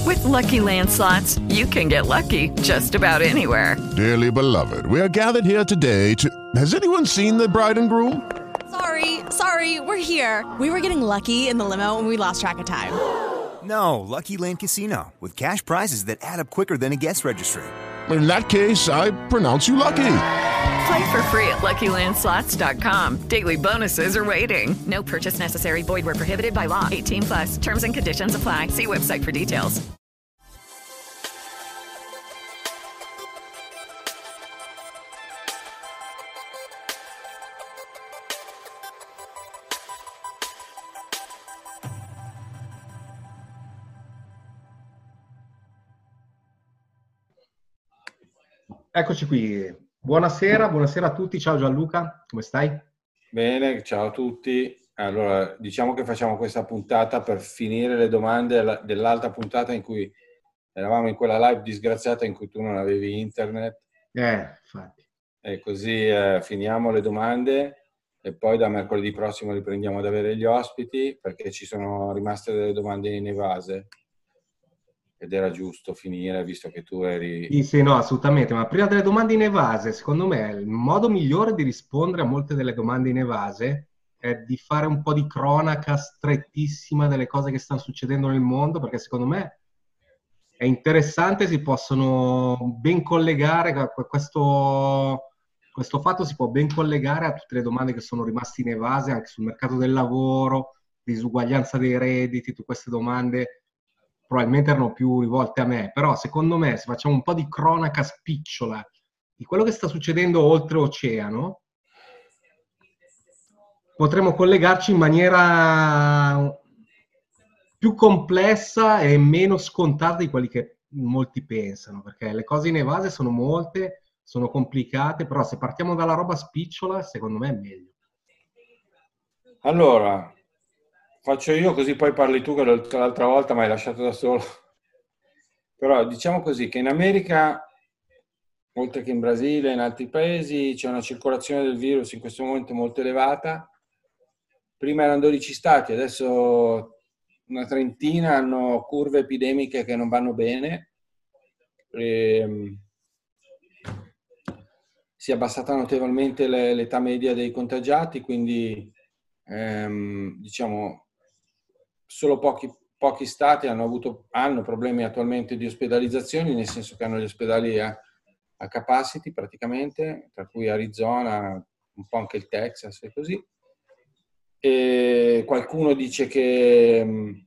With Lucky Land Slots, you can get lucky just about anywhere. Dearly beloved, we are gathered here today to... Has anyone seen the bride and groom? Sorry, we're here. We were getting lucky in the limo and we lost track of time. No, Lucky Land Casino, with cash prizes that add up quicker than a guest registry. In that case, I pronounce you lucky. Play for free at LuckyLandSlots.com. Daily bonuses are waiting. No purchase necessary. Void where prohibited by law. 18+. Terms and conditions apply. See website for details. Eccoci qui. Buonasera a tutti. Ciao Gianluca, come stai? Bene, ciao a tutti. Allora, diciamo che facciamo questa puntata per finire le domande dell'altra puntata in cui eravamo in quella live disgraziata in cui tu non avevi internet. Infatti. E così finiamo le domande e poi da mercoledì prossimo riprendiamo ad avere gli ospiti perché ci sono rimaste delle domande inevase. Ed era giusto finire, visto che tu eri... Sì, no, assolutamente. Ma prima delle domande inevase, secondo me, il modo migliore di rispondere a molte delle domande inevase è di fare un po' di cronaca strettissima delle cose che stanno succedendo nel mondo, perché secondo me è interessante, si possono ben collegare, questo fatto si può ben collegare a tutte le domande che sono rimaste inevase, anche sul mercato del lavoro, disuguaglianza dei redditi, tutte queste domande probabilmente erano più rivolte a me, però secondo me se facciamo un po' di cronaca spicciola di quello che sta succedendo oltreoceano, potremo collegarci in maniera più complessa e meno scontata di quelli che molti pensano, perché le cose inevase sono molte, sono complicate, però se partiamo dalla roba spicciola, secondo me è meglio. Allora, faccio io così poi parli tu, che l'altra volta mi hai lasciato da solo. Però diciamo così che in America, oltre che in Brasile e in altri paesi, c'è una circolazione del virus in questo momento molto elevata. Prima erano 12 stati, adesso una trentina hanno curve epidemiche che non vanno bene. Si è abbassata notevolmente l'età media dei contagiati, quindi diciamo solo pochi stati hanno problemi attualmente di ospedalizzazioni, nel senso che hanno gli ospedali a capacity praticamente, tra cui Arizona, un po' anche il Texas e così. E qualcuno dice che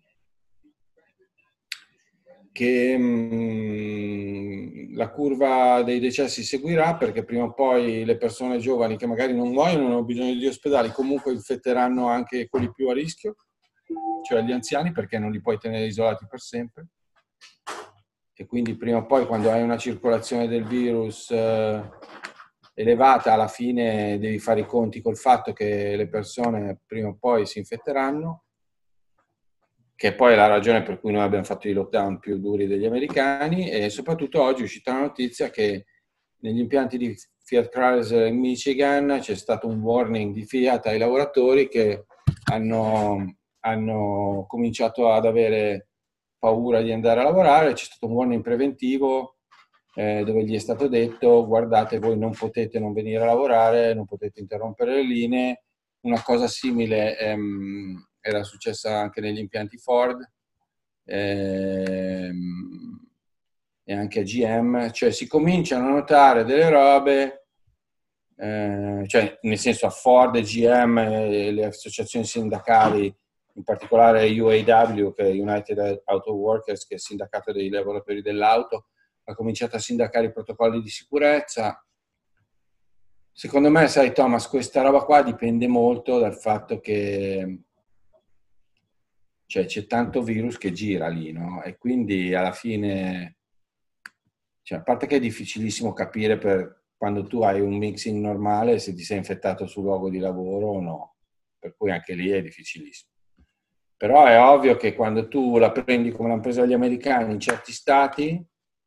la curva dei decessi seguirà, perché prima o poi le persone giovani che magari non muoiono, non hanno bisogno di ospedali, comunque infetteranno anche quelli più a rischio, cioè gli anziani, perché non li puoi tenere isolati per sempre. E quindi prima o poi, quando hai una circolazione del virus elevata, alla fine devi fare i conti col fatto che le persone prima o poi si infetteranno, che poi è la ragione per cui noi abbiamo fatto i lockdown più duri degli americani. E soprattutto oggi è uscita la notizia che negli impianti di Fiat Chrysler in Michigan c'è stato un warning di Fiat ai lavoratori che hanno cominciato ad avere paura di andare a lavorare. C'è stato un warning preventivo dove gli è stato detto: guardate, voi non potete non venire a lavorare, non potete interrompere le linee. Una cosa simile era successa anche negli impianti Ford e anche a GM, cioè si cominciano a notare delle robe, cioè nel senso a Ford e GM e le associazioni sindacali, in particolare UAW, che è United Auto Workers, che è il sindacato dei lavoratori dell'auto, ha cominciato a sindacare i protocolli di sicurezza. Secondo me, sai Thomas, questa roba qua dipende molto dal fatto che c'è tanto virus che gira lì, no? E quindi alla fine, a parte che è difficilissimo capire per quando tu hai un mixing normale se ti sei infettato sul luogo di lavoro o no, per cui anche lì è difficilissimo. Però è ovvio che quando tu la prendi come l'hanno presa gli americani in certi stati,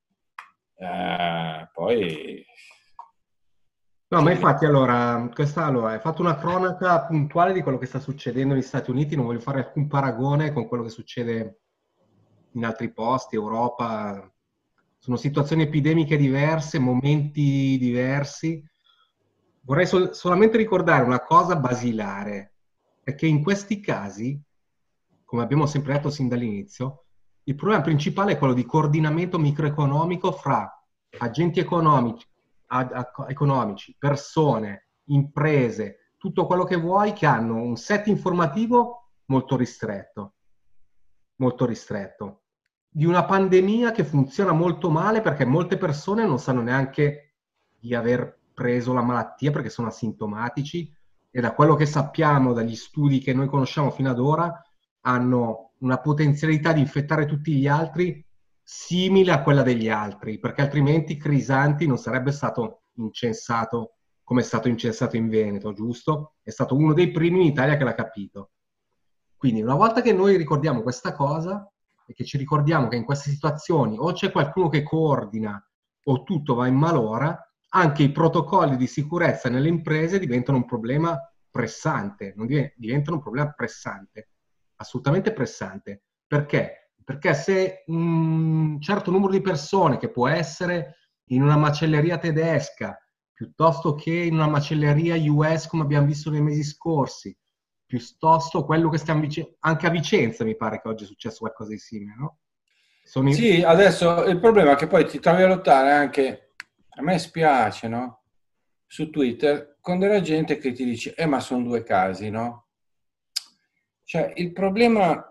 poi... No, ma infatti allora hai fatto una cronaca puntuale di quello che sta succedendo negli Stati Uniti, non voglio fare alcun paragone con quello che succede in altri posti, Europa. Sono situazioni epidemiche diverse, momenti diversi. Vorrei solamente ricordare una cosa basilare, è che in questi casi, come abbiamo sempre detto sin dall'inizio, il problema principale è quello di coordinamento microeconomico fra agenti economici, persone, imprese, tutto quello che vuoi, che hanno un set informativo molto ristretto, di una pandemia che funziona molto male perché molte persone non sanno neanche di aver preso la malattia perché sono asintomatici, e da quello che sappiamo, dagli studi che noi conosciamo fino ad ora, hanno una potenzialità di infettare tutti gli altri simile a quella degli altri, perché altrimenti Crisanti non sarebbe stato incensato come è stato incensato in Veneto, giusto? È stato uno dei primi in Italia che l'ha capito. Quindi una volta che noi ricordiamo questa cosa e che ci ricordiamo che in queste situazioni o c'è qualcuno che coordina o tutto va in malora, anche i protocolli di sicurezza nelle imprese diventano un problema pressante, non diventano un problema pressante, assolutamente pressante. Perché? Perché se un certo numero di persone, che può essere in una macelleria tedesca, piuttosto che in una macelleria US come abbiamo visto nei mesi scorsi, piuttosto quello che stiamo anche a Vicenza mi pare che oggi è successo qualcosa di simile, no? Sì, adesso il problema è che poi ti trovi a lottare anche, a me spiace, no? Su Twitter, con della gente che ti dice, ma sono 2 casi, no? Cioè, il problema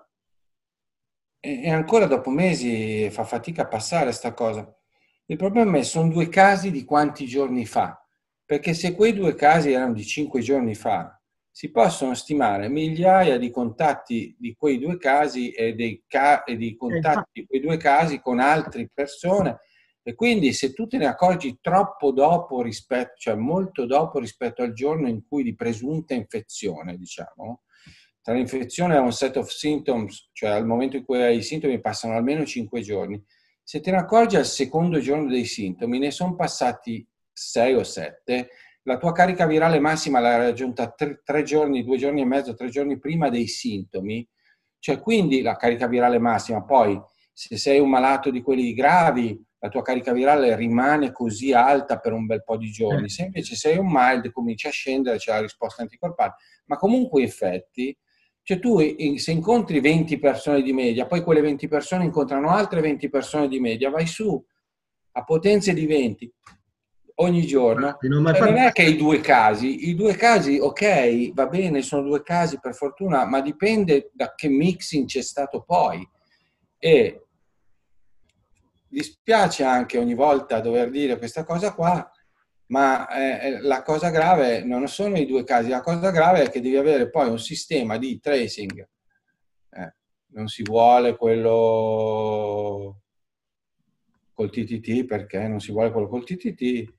è ancora dopo mesi, fa fatica a passare sta cosa. Il problema è sono 2 casi di quanti giorni fa? Perché se quei 2 casi erano di 5 giorni fa, si possono stimare migliaia di contatti di quei 2 casi e di contatti di quei 2 casi con altre persone, e quindi se tu te ne accorgi troppo dopo rispetto, cioè molto dopo rispetto al giorno in cui di presunta infezione, diciamo, tra l'infezione e un set of symptoms, cioè al momento in cui hai i sintomi passano almeno 5 giorni, se te ne accorgi al secondo giorno dei sintomi, ne sono passati 6 o 7, la tua carica virale massima l'hai raggiunta 3 giorni, 2 giorni e mezzo, 3 giorni prima dei sintomi, cioè quindi la carica virale massima. Poi se sei un malato di quelli gravi, la tua carica virale rimane così alta per un bel po' di giorni. Se invece sei un mild, cominci a scendere, c'è la risposta anticorpale. Ma comunque effetti, cioè tu se incontri 20 persone di media, poi quelle 20 persone incontrano altre 20 persone di media, vai su a potenze di 20 ogni giorno. Cioè non è che i 2 casi, ok, va bene, sono 2 casi per fortuna, ma dipende da che mixing c'è stato poi. E dispiace anche ogni volta dover dire questa cosa qua, ma la cosa grave non sono i 2 casi, la cosa grave è che devi avere poi un sistema di tracing. Non si vuole quello col TTT, perché non si vuole quello col TTT.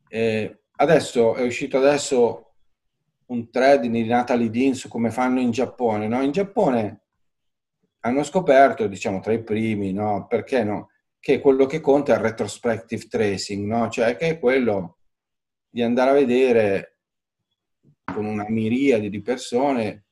Adesso è uscito un thread di Natalie Dean su come fanno in Giappone, no? In Giappone hanno scoperto, diciamo tra i primi, no? Perché no? Che quello che conta è il retrospective tracing, no? Cioè che è quello di andare a vedere con una miriade di persone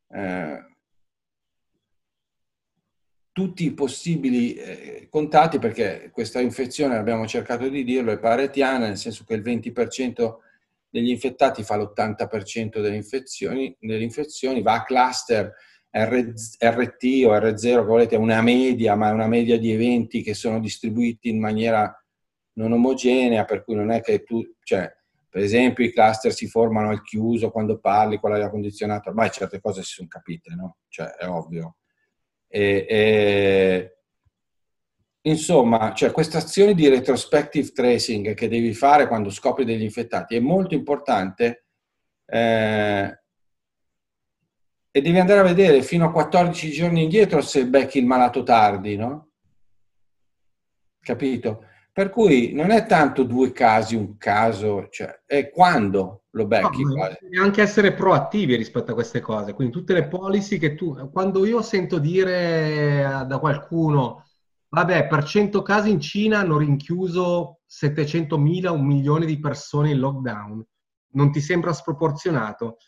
tutti i possibili contatti, perché questa infezione, abbiamo cercato di dirlo, è paretiana, nel senso che il 20% degli infettati fa l'80% delle infezioni, va a cluster, RT o R0 che volete, è una media, ma è una media di eventi che sono distribuiti in maniera non omogenea, per cui non è che tu, cioè, per esempio i cluster si formano al chiuso quando parli con l'aria condizionata, ormai certe cose si sono capite, no? Cioè è ovvio. Insomma, cioè questa azione di retrospective tracing che devi fare quando scopri degli infettati è molto importante, e devi andare a vedere fino a 14 giorni indietro se becchi il malato tardi, no? Capito? Per cui non è tanto 2 casi, un caso, cioè è quando lo becchi. Devi anche essere proattivi rispetto a queste cose, quindi tutte le policy che quando io sento dire da qualcuno, vabbè, per 100 casi in Cina hanno rinchiuso 700.000, 1 milione di persone in lockdown, non ti sembra sproporzionato?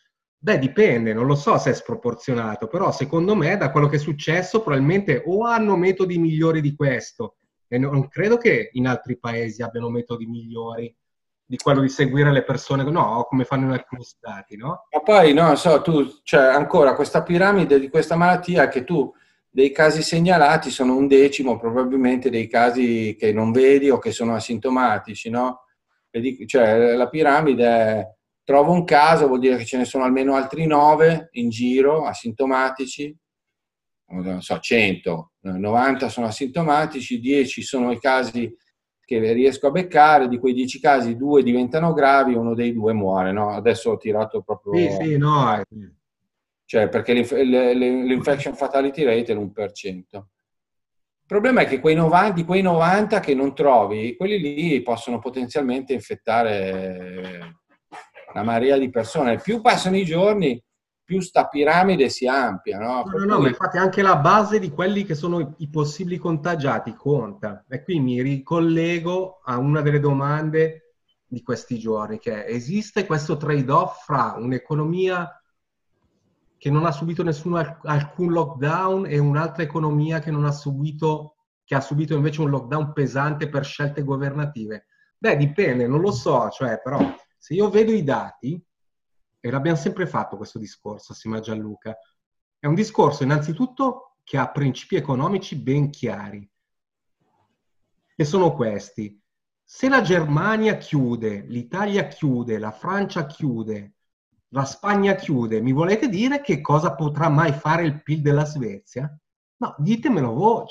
Beh, dipende, non lo so se è sproporzionato, però secondo me, da quello che è successo, probabilmente o hanno metodi migliori di questo, e non credo che in altri paesi abbiano metodi migliori di quello di seguire le persone, no, come fanno in alcuni stati, no? Ma poi, non so, cioè, ancora questa piramide di questa malattia che tu, dei casi segnalati sono 1/10 probabilmente dei casi che non vedi o che sono asintomatici, no? Cioè, la piramide è, trovo un caso, vuol dire che ce ne sono almeno altri 9 in giro, asintomatici, non so, 100, 90 sono asintomatici, 10 sono i casi che riesco a beccare, di quei 10 casi 2 diventano gravi, uno dei 2 muore, no? Adesso ho tirato Sì, proprio... sì, no. Cioè, perché l'infection fatality rate è l'1%. Il problema è che di quei 90 che non trovi, quelli lì possono potenzialmente infettare una marea di persone. Più passano i giorni, più sta piramide si amplia, no? No, ma infatti anche la base di quelli che sono i possibili contagiati conta. E qui mi ricollego a una delle domande di questi giorni, che esiste questo trade-off fra un'economia che non ha subito alcun lockdown e un'altra economia che ha subito invece un lockdown pesante per scelte governative. Beh, dipende, non lo so, cioè, però se io vedo i dati, e l'abbiamo sempre fatto questo discorso assieme a Gianluca, è un discorso innanzitutto che ha principi economici ben chiari, che sono questi. Se la Germania chiude, l'Italia chiude, la Francia chiude, la Spagna chiude, mi volete dire che cosa potrà mai fare il PIL della Svezia? No, ditemelo voi,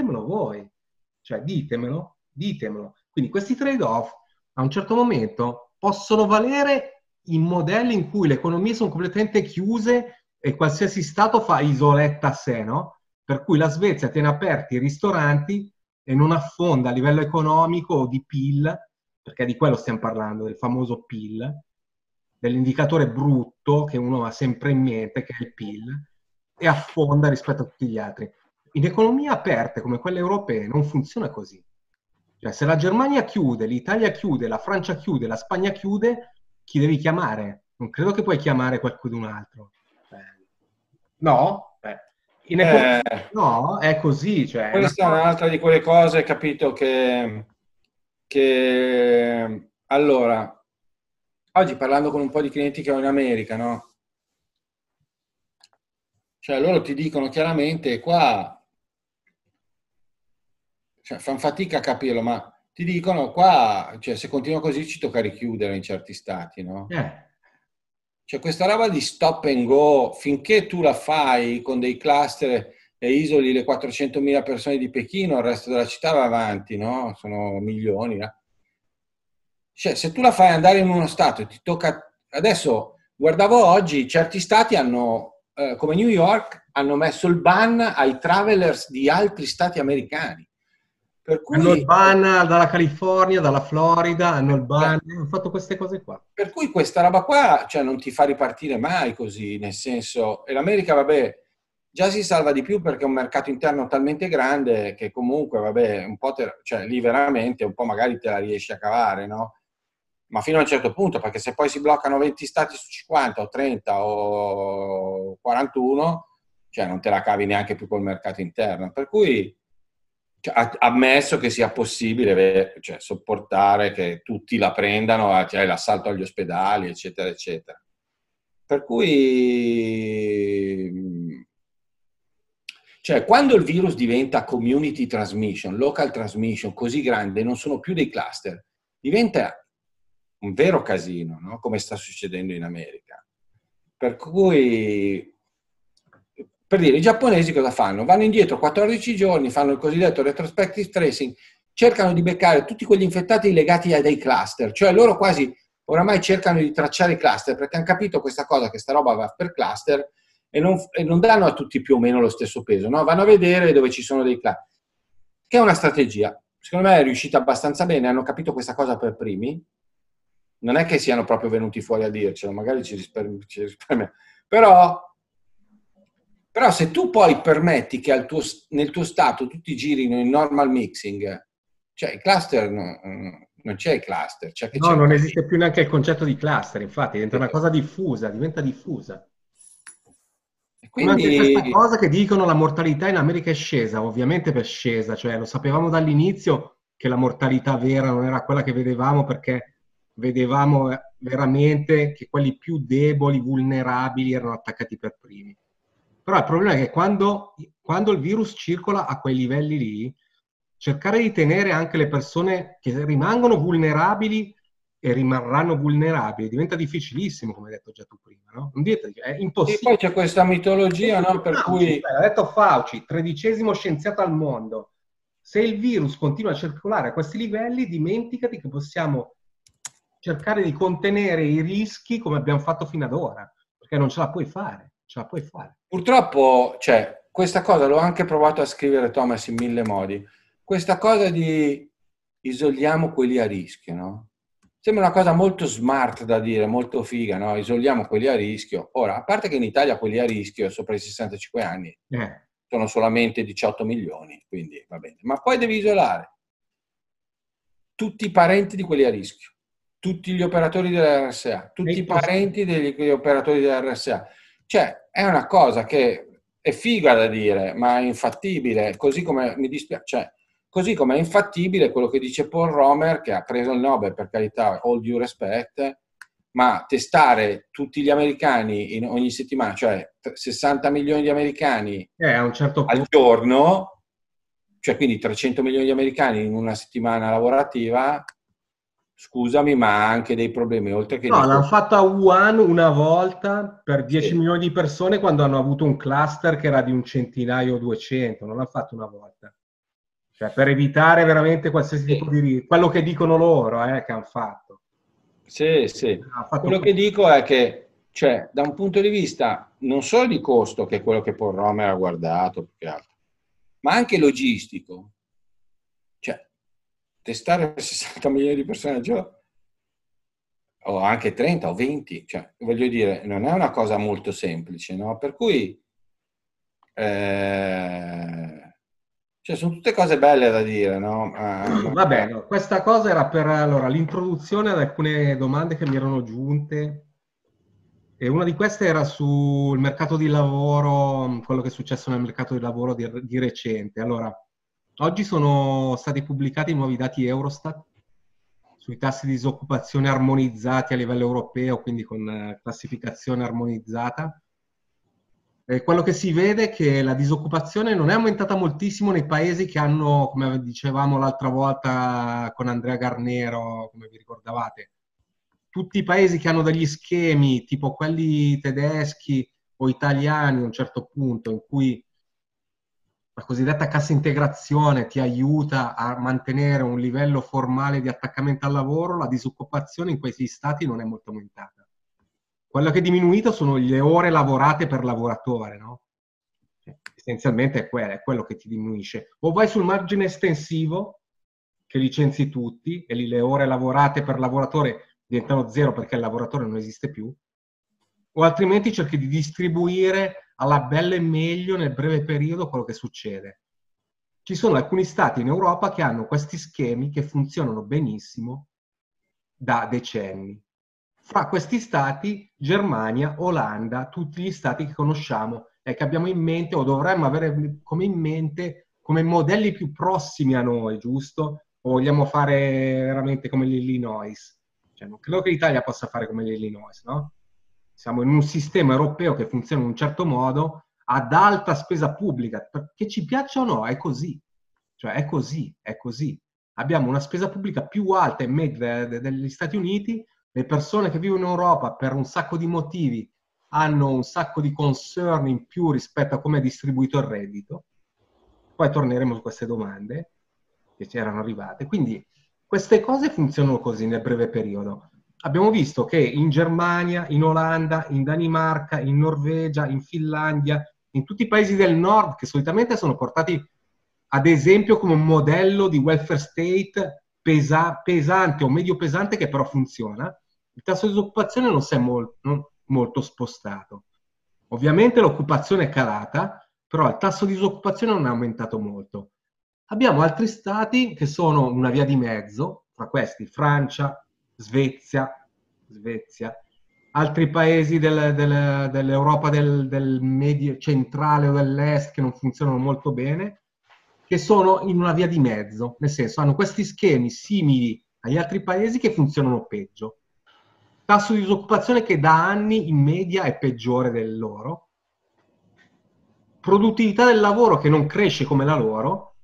ditemelo. Quindi questi trade-off a un certo momento possono valere in modelli in cui le economie sono completamente chiuse e qualsiasi stato fa isoletta a sé, no? Per cui la Svezia tiene aperti i ristoranti e non affonda a livello economico o di PIL, perché di quello stiamo parlando, del famoso PIL, dell'indicatore brutto che uno ha sempre in mente, che è il PIL, e affonda rispetto a tutti gli altri. In economie aperte come quelle europee non funziona così. Cioè, se la Germania chiude, l'Italia chiude, la Francia chiude, la Spagna chiude, chi devi chiamare? Non credo che puoi chiamare qualcun altro. No? No, è così. Cioè, Questa è un'altra di quelle cose, capito, che allora, oggi parlando con un po' di clienti che ho in America, no? Cioè, loro ti dicono chiaramente qua, cioè, fanno fatica a capirlo, ma ti dicono qua, cioè, se continua così ci tocca richiudere in certi stati, no? Cioè, questa roba di stop and go, finché tu la fai con dei cluster e isoli le 400.000 persone di Pechino, il resto della città va avanti, no? Sono milioni. Cioè, se tu la fai andare in uno stato e ti tocca... Adesso, guardavo oggi, certi stati hanno, come New York, hanno messo il ban ai travelers di altri stati americani. Per cui, hanno il ban dalla California, dalla Florida, hanno il ban, hanno fatto queste cose qua. Per cui questa roba qua, cioè, non ti fa ripartire mai così, nel senso... E l'America, vabbè, già si salva di più perché è un mercato interno talmente grande che comunque, vabbè, un po' cioè, lì veramente un po' magari te la riesci a cavare, no? Ma fino a un certo punto, perché se poi si bloccano 20 stati su 50 o 30 o 41, cioè non te la cavi neanche più col mercato interno. Per cui, cioè, ammesso che sia possibile, cioè, sopportare che tutti la prendano, cioè, l'assalto agli ospedali, eccetera, eccetera. Per cui, cioè, quando il virus diventa community transmission, local transmission, così grande, non sono più dei cluster, diventa un vero casino, no? Come sta succedendo in America. Per cui, per dire, i giapponesi cosa fanno? Vanno indietro 14 giorni, fanno il cosiddetto retrospective tracing, cercano di beccare tutti quegli infettati legati a dei cluster, cioè loro quasi oramai cercano di tracciare i cluster perché hanno capito questa cosa, che sta roba va per cluster e non danno a tutti più o meno lo stesso peso, no? Vanno a vedere dove ci sono dei cluster, che è una strategia. Secondo me è riuscita abbastanza bene, hanno capito questa cosa per primi. Non è che siano proprio venuti fuori a dircelo, magari ci risparmia. Però se tu poi permetti che nel tuo stato tutti girino in normal mixing, cioè i cluster non c'è il cluster. C'è che No, c'è non esiste più neanche il concetto di cluster, infatti diventa una cosa diffusa, diventa diffusa. Come anche questa cosa che dicono la mortalità in America è scesa, ovviamente è scesa, cioè lo sapevamo dall'inizio che la mortalità vera non era quella che vedevamo, perché vedevamo veramente che quelli più deboli, vulnerabili erano attaccati per primi. Però il problema è che quando il virus circola a quei livelli lì, cercare di tenere anche le persone che rimangono vulnerabili e rimarranno vulnerabili diventa difficilissimo, come hai detto già tu prima, no? È impossibile. E poi c'è questa mitologia, no? Per cui... Ha detto Fauci, 13° scienziato al mondo. Se il virus continua a circolare a questi livelli, dimenticati che possiamo cercare di contenere i rischi come abbiamo fatto fino ad ora, perché non ce la puoi fare. Purtroppo, cioè, questa cosa l'ho anche provato a scrivere, Thomas, in 1000 modi. Questa cosa di isoliamo quelli a rischio, no? Sembra una cosa molto smart da dire, molto figa, no? Isoliamo quelli a rischio. Ora, a parte che in Italia quelli a rischio sopra i 65 anni sono solamente 18 milioni, quindi va bene. Ma poi devi isolare tutti i parenti di quelli a rischio, tutti gli operatori dell'RSA, tutti i parenti degli operatori dell'RSA. Cioè, è una cosa che è figa da dire, ma è infattibile, così come mi dispiace... Cioè, così come è infattibile quello che dice Paul Romer, che ha preso il Nobel, per carità, all due respect, ma testare tutti gli americani ogni settimana, cioè 60 milioni di americani a un certo punto al giorno, cioè quindi 300 milioni di americani in una settimana lavorativa, scusami, ma ha anche dei problemi. Oltre che l'hanno fatto a Wuhan una volta per 10 milioni di persone quando hanno avuto un cluster che era di un centinaio o 200, non l'hanno fatto una volta. Cioè, per evitare veramente qualsiasi tipo di... Quello che dicono loro, che hanno fatto. Sì. Quello che dico è che, cioè, da un punto di vista non solo di costo, che è quello che Paul Romer ha guardato, più che altro, ma anche logistico. Cioè, testare 60 milioni di persone al giorno, o anche 30 o 20, cioè, voglio dire, non è una cosa molto semplice, no? Per cui... Cioè, sono tutte cose belle da dire, no? Vabbè, no, questa cosa era per l'introduzione ad alcune domande che mi erano giunte, e una di queste era sul mercato di lavoro, quello che è successo nel mercato di lavoro di recente. Allora, oggi sono stati pubblicati i nuovi dati Eurostat sui tassi di disoccupazione armonizzati a livello europeo, quindi con classificazione armonizzata. Quello che si vede è che la disoccupazione non è aumentata moltissimo nei paesi che hanno, come dicevamo l'altra volta con Andrea Garnero, come vi ricordavate, tutti i paesi che hanno degli schemi tipo quelli tedeschi o italiani a un certo punto, in cui la cosiddetta cassa integrazione ti aiuta a mantenere un livello formale di attaccamento al lavoro, la disoccupazione in questi stati non è molto aumentata. Quello che è diminuito sono le ore lavorate per lavoratore, no? Essenzialmente è quello che ti diminuisce. O vai sul margine estensivo, che licenzi tutti, e lì le ore lavorate per lavoratore diventano zero perché il lavoratore non esiste più, o altrimenti cerchi di distribuire alla bella e meglio nel breve periodo quello che succede. Ci sono alcuni stati in Europa che hanno questi schemi che funzionano benissimo da decenni. Fra questi stati, Germania, Olanda, tutti gli stati che conosciamo e che abbiamo in mente o dovremmo avere come in mente come modelli più prossimi a noi, giusto? O vogliamo fare veramente come l'Illinois? Cioè, non credo che l'Italia possa fare come l'Illinois, no? Siamo in un sistema europeo che funziona in un certo modo, ad alta spesa pubblica, che ci piaccia o no, è così. Cioè, è così. Abbiamo una spesa pubblica più alta in media degli Stati Uniti. Le persone che vivono in Europa per un sacco di motivi hanno un sacco di concern in più rispetto a come è distribuito il reddito. Poi torneremo su queste domande che ci erano arrivate. Quindi queste cose funzionano così nel breve periodo. Abbiamo visto che in Germania, in Olanda, in Danimarca, in Norvegia, in Finlandia, in tutti i paesi del nord, che solitamente sono portati ad esempio come un modello di welfare state pesante o medio pesante che però funziona, il tasso di disoccupazione non si è molto spostato. Ovviamente l'occupazione è calata, però il tasso di disoccupazione non è aumentato molto. Abbiamo altri stati che sono una via di mezzo, fra questi Francia, Svezia, altri paesi dell'Europa del medio centrale o dell'est che non funzionano molto bene, che sono in una via di mezzo, nel senso hanno questi schemi simili agli altri paesi che funzionano peggio. Tasso di disoccupazione che da anni in media è peggiore del loro, produttività del lavoro che non cresce come la loro,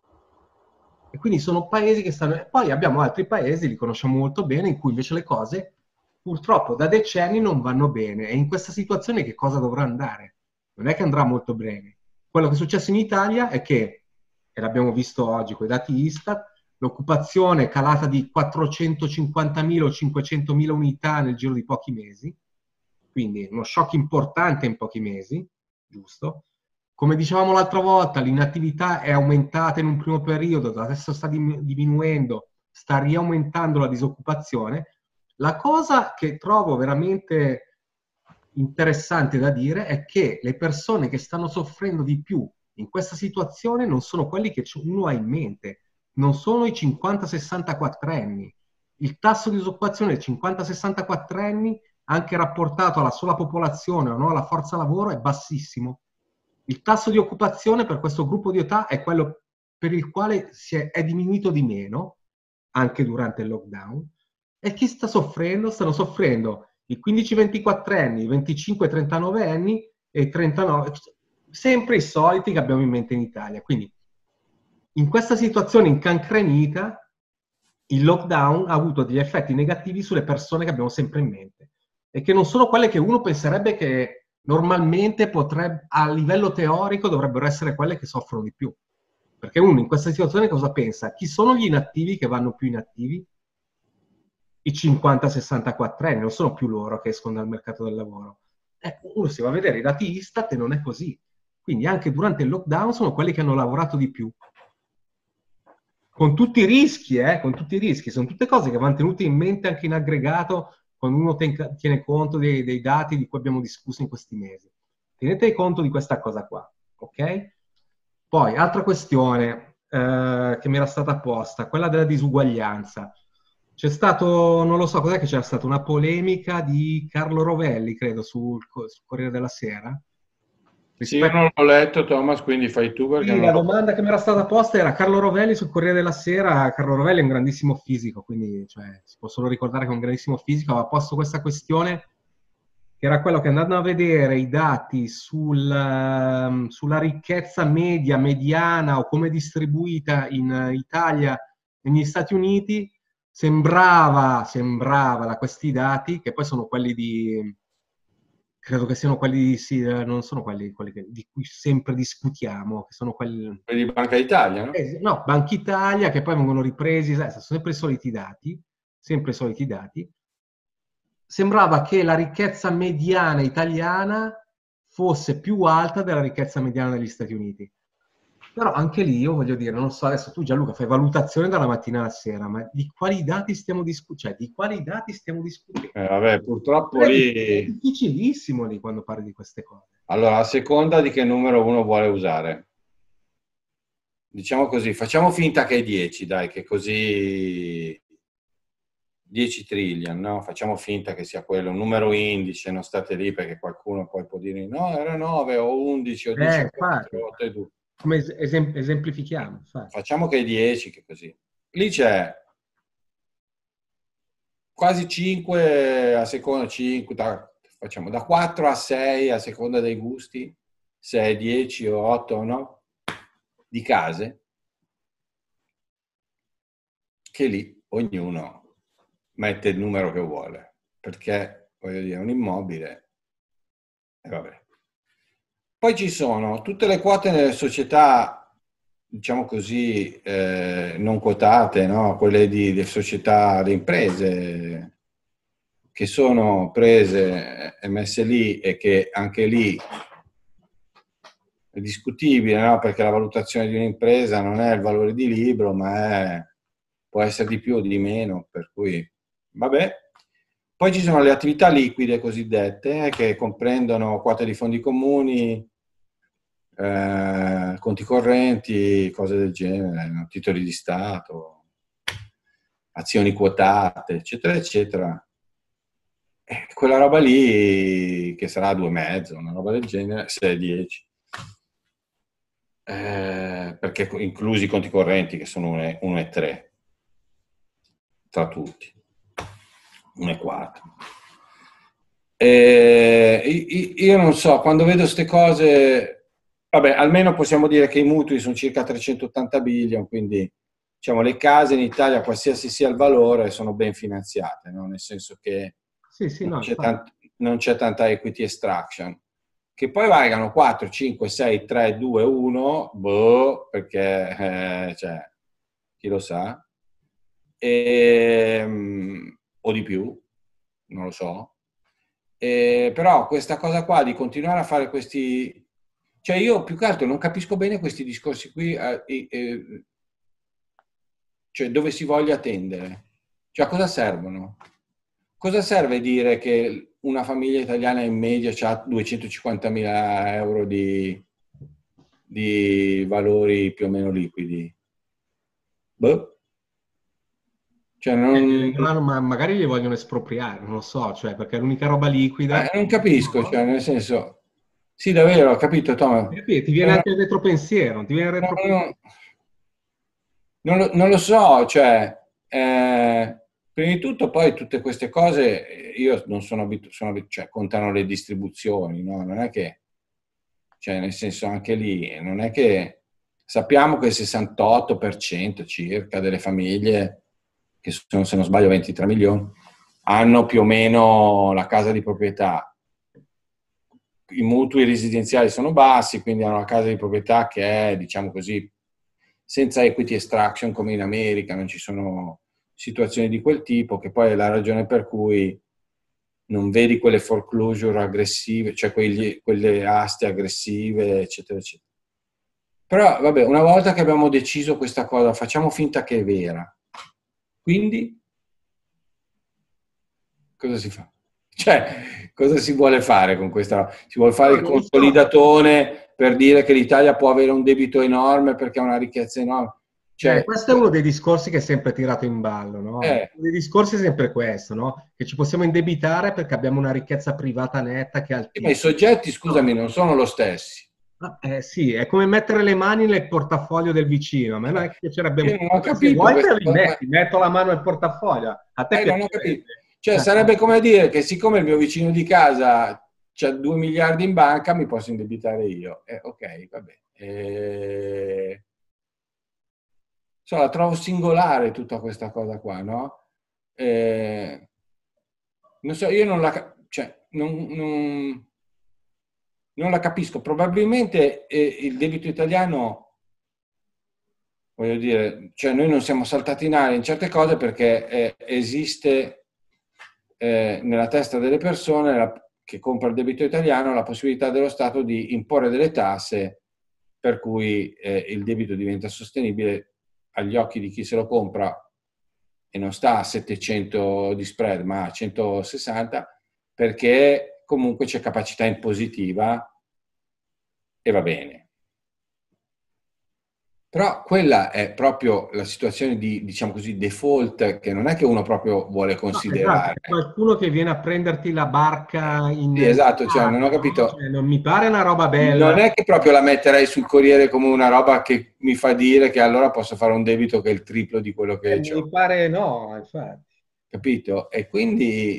e quindi sono paesi che stanno... E poi abbiamo altri paesi, li conosciamo molto bene, in cui invece le cose purtroppo da decenni non vanno bene, e in questa situazione che cosa dovrà andare? Non è che andrà molto bene. Quello che è successo in Italia è che, e l'abbiamo visto oggi con i dati Istat, l'occupazione è calata di 450.000 o 500.000 unità nel giro di pochi mesi, quindi uno shock importante in pochi mesi, giusto? Come dicevamo l'altra volta, l'inattività è aumentata in un primo periodo, adesso sta diminuendo, sta riaumentando la disoccupazione. La cosa che trovo veramente interessante da dire è che le persone che stanno soffrendo di più in questa situazione non sono quelli che uno ha in mente, non sono i 50-64 anni. Il tasso di disoccupazione dei 50-64 anni, anche rapportato alla sola popolazione o no, alla forza lavoro, è bassissimo. Il tasso di occupazione per questo gruppo di età è quello per il quale è diminuito di meno, anche durante il lockdown. E chi sta soffrendo? Stanno soffrendo i 15-24 anni, i 25-39 anni e i 39, sempre i soliti che abbiamo in mente in Italia. Quindi in questa situazione incancrenita il lockdown ha avuto degli effetti negativi sulle persone che abbiamo sempre in mente e che non sono quelle che uno penserebbe che normalmente a livello teorico dovrebbero essere quelle che soffrono di più. Perché uno in questa situazione cosa pensa? Chi sono gli inattivi che vanno più inattivi? I 50-64 anni, non sono più loro che escono dal mercato del lavoro. Uno si va a vedere i dati Istat e non è così. Quindi anche durante il lockdown sono quelli che hanno lavorato di più. Con tutti i rischi, sono tutte cose che vanno tenute in mente anche in aggregato quando uno tiene conto dei dati di cui abbiamo discusso in questi mesi. Tenete conto di questa cosa qua, ok? Poi, altra questione che mi era stata posta, quella della disuguaglianza. C'è stato, non lo so, cos'è che c'era stata una polemica di Carlo Rovelli, credo, sul Corriere della Sera. Sì, io non l'ho letto, Thomas, quindi fai tu perché sì, la domanda che mi era stata posta era Carlo Rovelli sul Corriere della Sera. Carlo Rovelli è un grandissimo fisico, quindi si può solo ricordare che è un grandissimo fisico. Aveva posto questa questione che era quello che, andando a vedere i dati sulla ricchezza media, mediana o come è distribuita in Italia e negli Stati Uniti, sembrava da questi dati, che poi sono quelli di... credo che siano quelli, sì, non sono quelli di cui sempre discutiamo, che sono quelli di Banca d'Italia, no? No, Banca Italia, che poi vengono ripresi, sono sempre i soliti dati. Sembrava che la ricchezza mediana italiana fosse più alta della ricchezza mediana degli Stati Uniti. Però anche lì io voglio dire, non so, adesso tu Gianluca fai valutazione dalla mattina alla sera, ma di quali dati stiamo discutendo? Vabbè, purtroppo lì... È difficilissimo lì quando parli di queste cose. Allora, a seconda di che numero uno vuole usare. Diciamo così, facciamo finta che è 10, dai, che così... 10 trillion, no? Facciamo finta che sia quello, un numero indice, non state lì perché qualcuno poi può dire no, era 9 o 11 o 14 o 2. Come esemplifichiamo? Infatti. Facciamo che è 10, che così. Lì c'è quasi 5 a seconda, 5, facciamo da 4 a 6 a seconda dei gusti, se è 10 o 8 o no, di case, che lì ognuno mette il numero che vuole, perché, voglio dire, un immobile, e vabbè. Poi ci sono tutte le quote nelle società, diciamo così, non quotate, no? Quelle di società, di imprese, che sono prese e messe lì e che anche lì è discutibile, no? Perché la valutazione di un'impresa non è il valore di libro, ma può essere di più o di meno, per cui vabbè. Poi ci sono le attività liquide cosiddette, che comprendono quote di fondi comuni, conti correnti, cose del genere, no? Titoli di Stato. azioni quotate, eccetera, eccetera. Quella roba lì, che sarà 2,5, una roba del genere, 6,10. Perché inclusi i conti correnti, che sono 1,3 tra tutti, 1,4. Io non so, quando vedo queste cose, vabbè, almeno possiamo dire che i mutui sono circa 380 billion, quindi diciamo le case in Italia, qualsiasi sia il valore, sono ben finanziate, no? Nel senso che Sì, no, non c'è tanta equity extraction. Che poi valgano 4, 5, 6, 3, 2, 1, boh, perché cioè, chi lo sa, o di più, non lo so. Però questa cosa qua di continuare a fare questi... Cioè io più che altro non capisco bene questi discorsi qui, cioè dove si voglia tendere. Cioè a cosa servono? Cosa serve dire che una famiglia italiana in media ha 250.000 euro di valori più o meno liquidi? Boh. Cioè ma magari li vogliono espropriare, non lo so, cioè, perché è l'unica roba liquida. Non capisco, cioè, nel senso... Sì, davvero, ho capito, Tom. Ti viene anche il retropensiero, non ti viene il retropensiero? Non lo so, cioè... prima di tutto, poi tutte queste cose io non sono abituato, cioè contano le distribuzioni, no? Non è che, cioè nel senso anche lì, non è che sappiamo che il 68% circa delle famiglie, che sono se non sbaglio 23 milioni, hanno più o meno la casa di proprietà. I mutui residenziali sono bassi, quindi hanno la casa di proprietà che è, diciamo così, senza equity extraction come in America, non ci sono situazioni di quel tipo, che poi è la ragione per cui non vedi quelle foreclosure aggressive, cioè quelle aste aggressive, eccetera, eccetera. Però, vabbè, una volta che abbiamo deciso questa cosa, facciamo finta che è vera. Quindi, cosa si fa? Cioè, cosa si vuole fare con questa? Si vuole fare il consolidatone per dire che l'Italia può avere un debito enorme perché ha una ricchezza enorme? Cioè, questo è uno dei discorsi che è sempre tirato in ballo, no? Uno dei discorsi è sempre questo, no? Che ci possiamo indebitare perché abbiamo una ricchezza privata netta che è altissima. Ma i soggetti, scusami, non sono lo stessi. Sì, è come mettere le mani nel portafoglio del vicino. A me non è che piacerebbe. Io non ho capito. Se vuoi te li metti, metto la mano nel portafoglio. A te non ho capito. Cioè, sarebbe come dire che siccome il mio vicino di casa ha 2 miliardi in banca, mi posso indebitare io. Ok, vabbè. La trovo singolare tutta questa cosa qua, no? Non so, io non la capisco. Probabilmente il debito italiano, voglio dire, cioè noi non siamo saltati in aria in certe cose perché esiste nella testa delle persone che compra il debito italiano la possibilità dello Stato di imporre delle tasse per cui il debito diventa sostenibile agli occhi di chi se lo compra e non sta a 700 di spread ma a 160, perché comunque c'è capacità impositiva e va bene. Però quella è proprio la situazione di, diciamo così, default, che non è che uno proprio vuole considerare. Esatto, qualcuno che viene a prenderti la barca in... Sì, esatto, cioè non ho capito. Cioè, non mi pare una roba bella. Non è che proprio la metterei sul Corriere come una roba che mi fa dire che allora posso fare un debito che è il triplo di quello che ho. Mi pare no, infatti. Capito? E quindi...